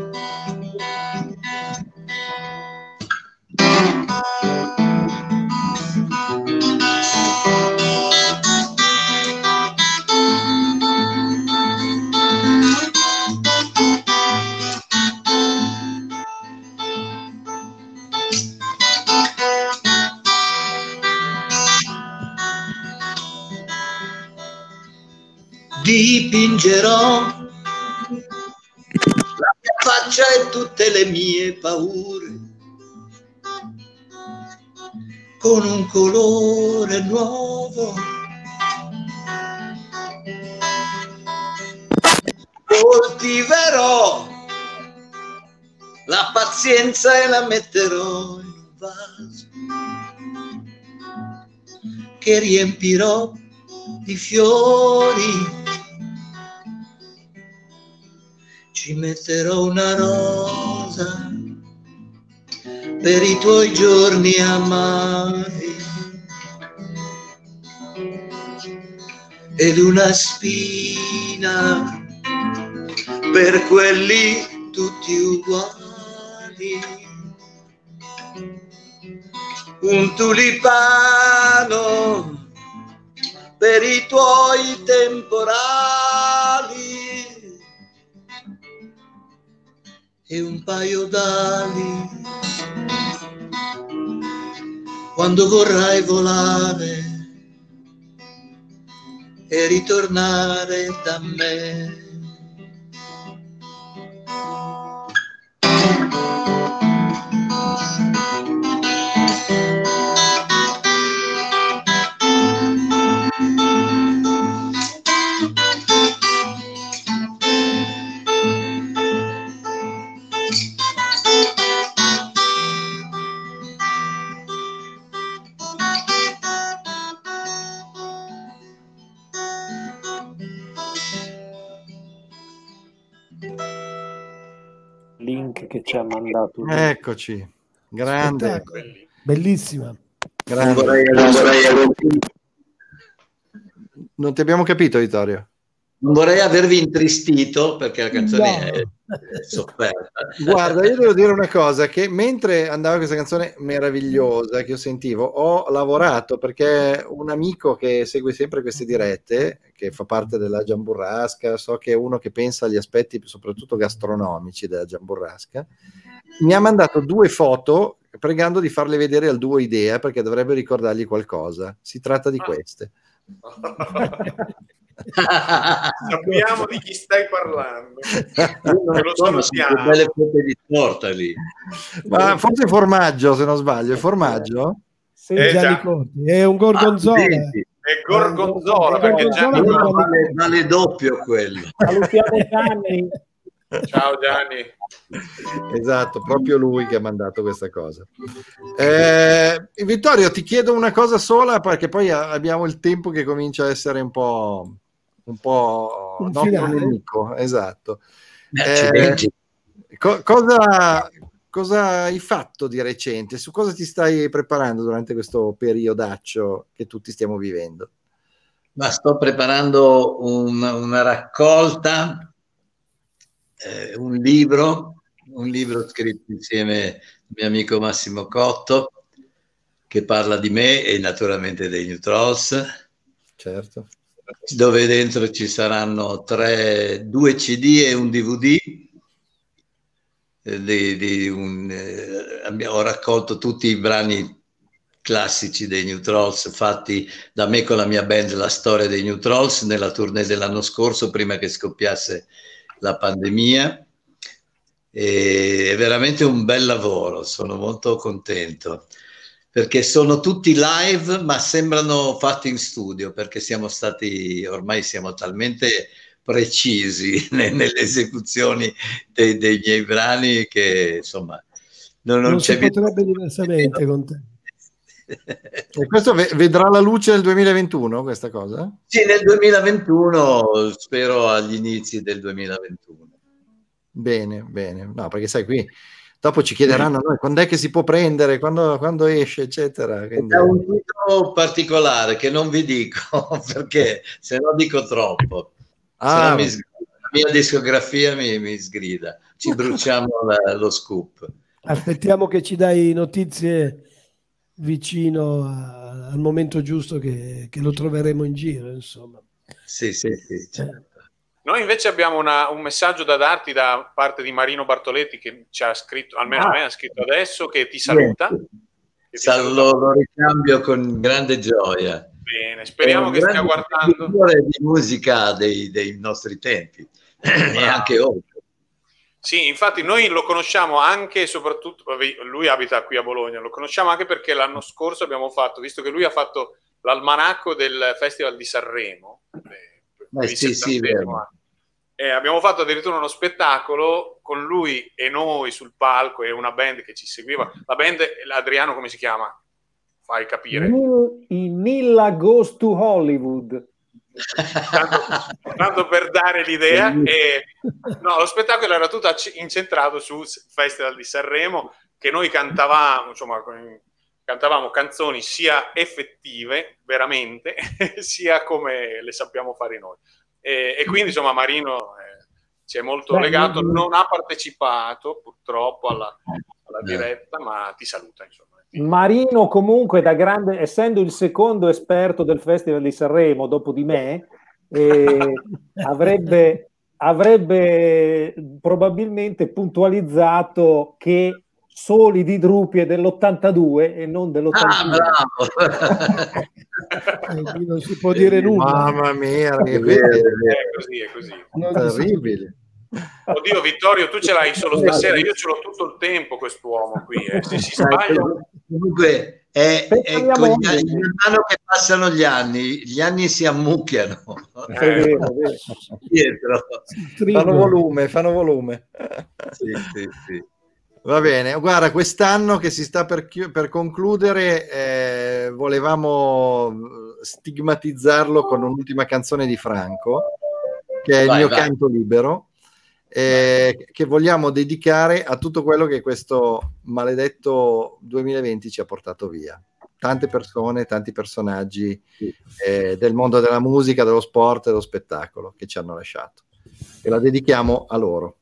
Dipingerò la mia faccia e tutte le mie paure con un colore nuovo. Coltiverò la pazienza e la metterò in un vaso che riempirò di fiori. Ci metterò una rosa per i tuoi giorni amari ed una spina per quelli tutti uguali, un tulipano per i tuoi temporali e un paio d'ali quando vorrai volare e ritornare da me. Link che ci ha mandato. Eccoci, grande, bellissima. Grande. Non vorrei, non vorrei Non ti abbiamo capito, Vittorio. Non vorrei avervi intristito perché la canzone no. è sofferta. Guarda, io devo dire una cosa, che mentre andava questa canzone meravigliosa che io sentivo, ho lavorato perché un amico che segue sempre queste dirette, che fa parte della Giamburrasca, so che è uno che pensa agli aspetti soprattutto gastronomici della Giamburrasca, mi ha mandato due foto pregando di farle vedere al duo Idea perché dovrebbe ricordargli qualcosa. Si tratta di queste. Sappiamo di chi stai parlando. Non lo so, sono belle fette di torta lì. Ma forse formaggio, se non sbaglio, è formaggio? Sì, eh, è un gorgonzola. Ah, è gorgonzola, perché Gianni vale, vale doppio quello. Salutiamo Gianni. Ciao Gianni. Esatto, proprio lui che ha mandato questa cosa. Eh, Vittorio, ti chiedo una cosa sola perché poi abbiamo il tempo che comincia a essere un po' un po' un nostro nemico. Esatto. Eh, co- cosa, cosa hai fatto di recente? Su cosa ti stai preparando durante questo periodaccio che tutti stiamo vivendo? Ma sto preparando un, una raccolta eh, un libro, un libro scritto insieme al mio amico Massimo Cotto, che parla di me e naturalmente dei New Trolls. Certo. Dove dentro ci saranno tre, due C D e un D V D. Eh, di, di un, eh, abbiamo raccolto tutti i brani classici dei New Trolls fatti da me con la mia band, la storia dei New Trolls, nella tournée dell'anno scorso, prima che scoppiasse la pandemia. E è veramente un bel lavoro, sono molto contento, perché sono tutti live ma sembrano fatti in studio, perché siamo stati, ormai siamo talmente precisi nelle esecuzioni dei, dei miei brani che insomma non, non, non c'è si potrebbe diversamente con te. E questo vedrà la luce nel duemilaventuno, questa cosa? Sì, nel duemilaventuno, spero agli inizi del duemilaventuno. Bene, bene. No, perché sai, qui dopo ci chiederanno noi quando è che si può prendere, quando, quando esce, eccetera. Quindi... È un titolo particolare che non vi dico, perché se no dico troppo. Ah, se no mi sgrida. La mia discografia mi, mi sgrida. Ci bruciamo la, lo scoop. Aspettiamo che ci dai notizie vicino a, al momento giusto che, che lo troveremo in giro, insomma. Sì, sì, sì, certo. Noi invece abbiamo una, un messaggio da darti da parte di Marino Bartoletti, che ci ha scritto, almeno ah. a me ha scritto adesso, che ti saluta. Che ti Sal- saluta. Lo, lo ricambio con grande gioia. Bene, speriamo che stia guardando. Di musica dei, dei nostri tempi e anche oltre. Sì, infatti noi lo conosciamo anche e soprattutto, lui abita qui a Bologna, lo conosciamo anche perché l'anno scorso abbiamo fatto, visto che lui ha fatto l'almanacco del Festival di Sanremo, eh, sì, sì, vero. E abbiamo fatto addirittura uno spettacolo con lui e noi sul palco e una band che ci seguiva. La band, Adriano, come si chiama? Fai capire. I Milla Goes to Hollywood. Tanto, tanto per dare l'idea, e, no, lo spettacolo era tutto incentrato sul Festival di Sanremo, che noi cantavamo, insomma, cantavamo canzoni sia effettive, veramente, sia come le sappiamo fare noi. E, e quindi, insomma, Marino eh, ci è molto Beh, legato, non ha partecipato purtroppo alla, alla diretta, ma ti saluta, insomma. Marino comunque, da grande, essendo il secondo esperto del Festival di Sanremo dopo di me, eh, avrebbe, avrebbe probabilmente puntualizzato che Soli di Drupi è dell'ottantadue e non dell'ottantuno. Ah, bravo! Non si può dire nulla. Mamma mia, che è così, è così. Terribile. Oddio, Vittorio, tu ce l'hai solo stasera, io ce l'ho tutto il tempo quest'uomo qui, eh. Se si sbaglia... Comunque è, è con gli anni, man mano che passano gli anni, gli anni si ammucchiano. Eh, è vero, è vero. Dietro. Fanno volume, fanno volume. Sì, sì, sì. Va bene, guarda, quest'anno che si sta per, chi- per concludere, eh, volevamo stigmatizzarlo con un'ultima canzone di Franco, che è il vai, mio vai. canto libero, eh, che vogliamo dedicare a tutto quello che questo maledetto duemilaventi ci ha portato via. Tante persone, tanti personaggi eh, del mondo della musica, dello sport e dello spettacolo che ci hanno lasciato. E la dedichiamo a loro.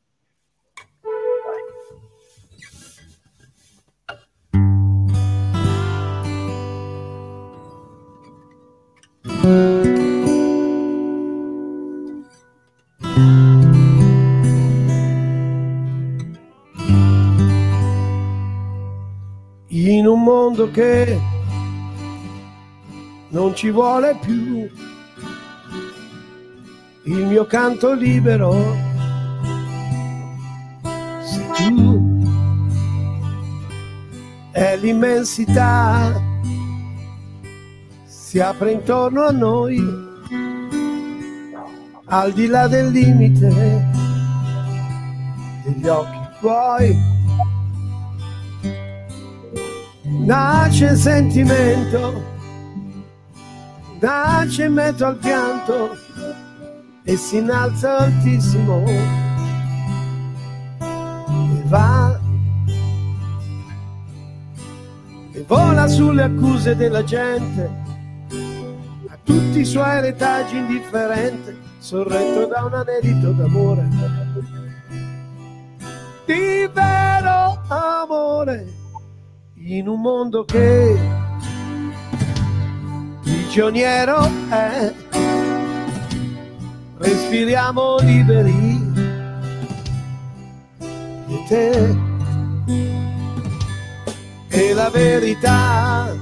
In un mondo che non ci vuole più, il mio canto libero sei tu, è l'immensità, si apre intorno a noi, al di là del limite degli occhi tuoi. Nasce il sentimento, nasce in mezzo al pianto e si innalza altissimo e va e vola sulle accuse della gente, a tutti i suoi retaggi indifferente, sorretto da un anelito d'amore di vero amore in un mondo che prigioniero è. Respiriamo liberi di te e la verità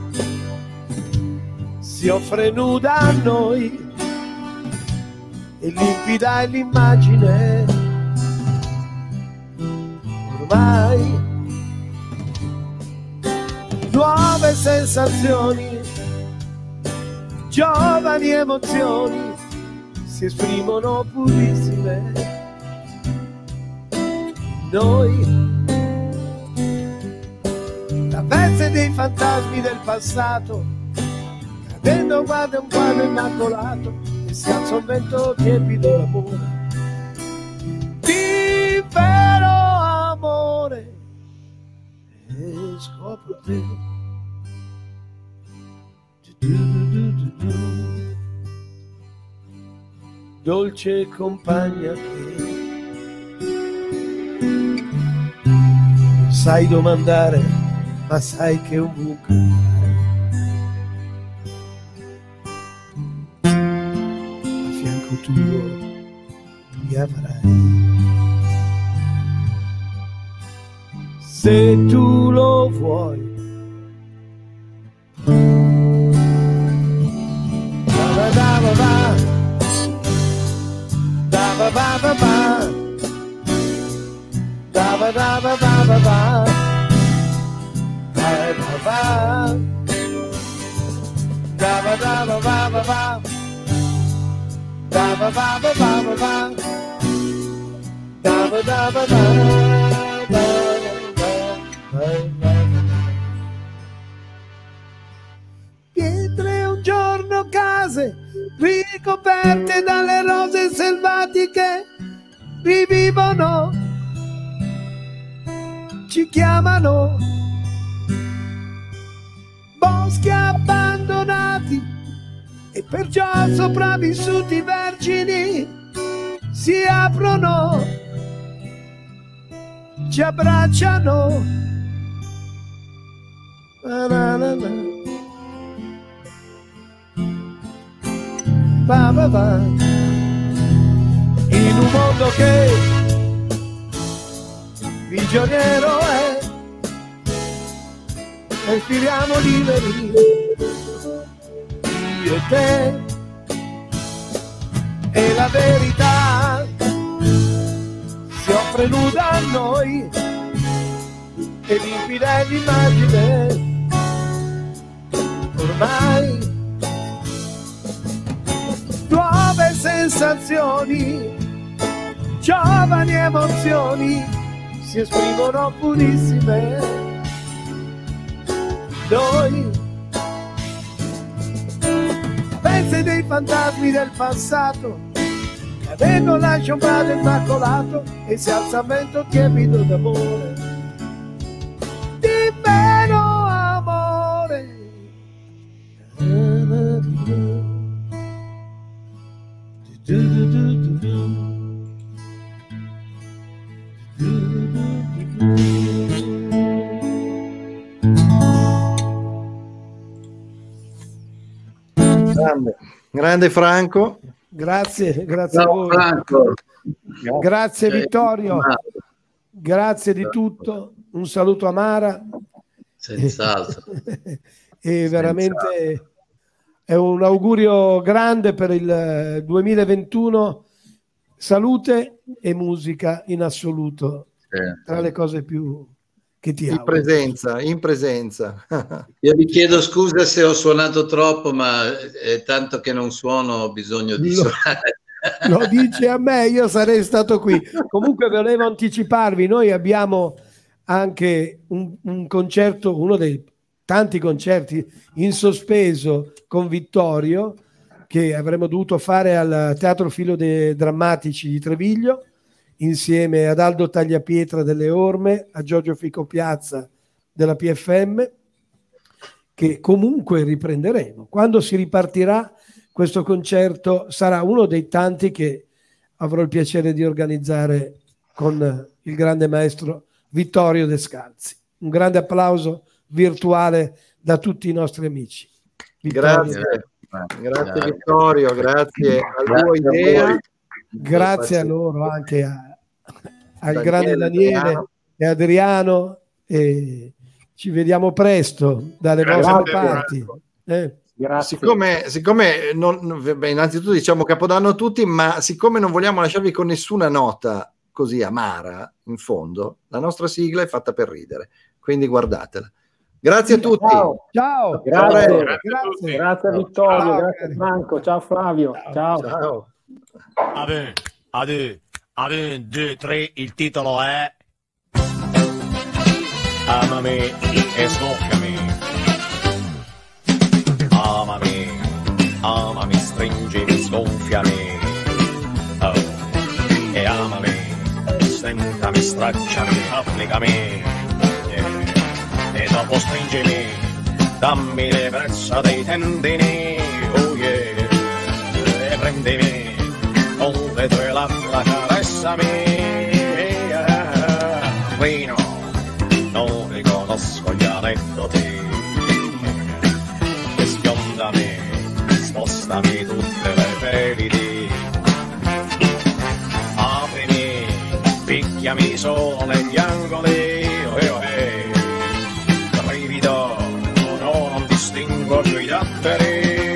si offre nuda a noi e limpida è l'immagine ormai. Nuove sensazioni, giovani emozioni si esprimono purissime. Noi, la pezze dei fantasmi del passato, cadendo guarda un quadro immacolato e si alza un vento tiepido d'amore, di vero amore, e scopro te. Du, du, du, du, du. Dolce compagna che sai domandare, ma sai che ovunque a fianco tuo mi avrai. Se tu lo vuoi, va va va va da va va va va da va da va va va va da va va da va da va va va va da va va va va va va da va da va va. Pietre un giorno case ricoperte dalle rose selvatiche rivivono, ci chiamano, boschi abbandonati e perciò sopravvissuti vergini si aprono, ci abbracciano. Na na na na. Va va va. In un mondo che prigioniero è, respiriamo liberi io e te e la verità si offre nuda a noi e limpida è l'immagine ormai. Nuove sensazioni, giovani emozioni si esprimono purissime. Noi, pezzi dei fantasmi del passato, cadendo lascia un vado immacolato e si alza un vento tiepido d'amore, di meno amore. Du, du, du, du, du. Grande, grande Franco. Grazie, grazie Ciao, a voi. Franco. Grazie Vittorio. Grazie di tutto. Un saluto a Mara. Senz'altro. E veramente è un augurio grande per il duemilaventuno. Salute e musica in assoluto, Certo. tra le cose più che ti In auguro. presenza, in presenza. Io vi chiedo scusa se ho suonato troppo, ma è tanto che non suono, ho bisogno di Lo- suonare. Lo dice a me, io sarei stato qui. Comunque volevo anticiparvi, noi abbiamo anche un, un concerto, uno dei tanti concerti in sospeso con Vittorio, che avremmo dovuto fare al Teatro Filo dei Drammatici di Treviglio, insieme ad Aldo Tagliapietra delle Orme, a Giorgio Fico Piazza della P F M, che comunque riprenderemo. Quando si ripartirà questo concerto sarà uno dei tanti che avrò il piacere di organizzare con il grande maestro Vittorio Descalzi. Un grande applauso virtuale da tutti i nostri amici. Vittorio. Grazie, grazie Vittorio, grazie a tua idea. Grazie a loro, anche a, al Daniele, grande Daniele Adriano. e Adriano, e ci vediamo presto dalle Grazie, vostre parti. Eh. Grazie. Siccome, siccome non, beh, innanzitutto diciamo Capodanno a tutti, ma siccome non vogliamo lasciarvi con nessuna nota così amara in fondo, la nostra sigla è fatta per ridere, quindi guardatela. Grazie a tutti. Ciao. Ciao. Grazie. Ciao. Grazie. Grazie a Vittorio, Ciao. grazie Franco, ciao Flavio. Ciao. Ciao. Ade, ade, ade, due, tre, il titolo è Amami e snoccami. Amami, amami, stringimi, sgonfiami. Oh, e amami, stentami, stracciami, applicami. Yeah. E dopo stringimi, dammi le braccia dei tendini. Oh yeah, e prendimi con le tue labbra, caressami. Yeah. Qui no, non riconosco gli aneddoti. E sfiondami, spostami tutte le ferite. Aprimi, picchiami solo negli angoli. Oh, oh, eh. Brivido, no, non distingo più i datteri.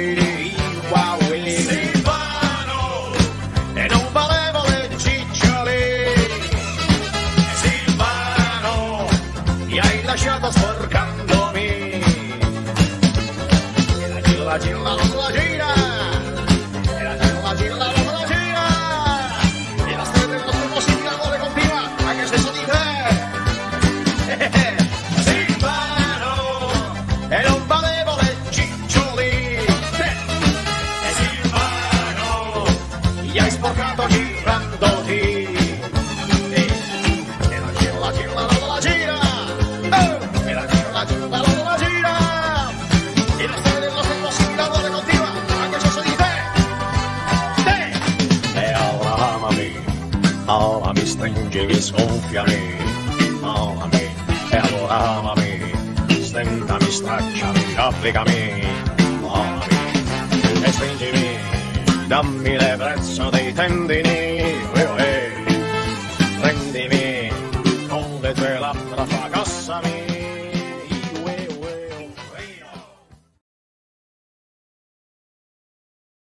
Lasciato sporcandomi e la gilla gilla la gira e la gilla gilla la gira e la storia del nostro possibile amore continua anche se so di te Silvano e non valevo le ciccioli e Silvano gli hai sporcato girandoti e la gilla gilla la gira amami, stringimi, sgonfiami, amami, e allora amami, stentami, stracciami, applicami, amami, e stringimi, dammi le braccia dei tendini,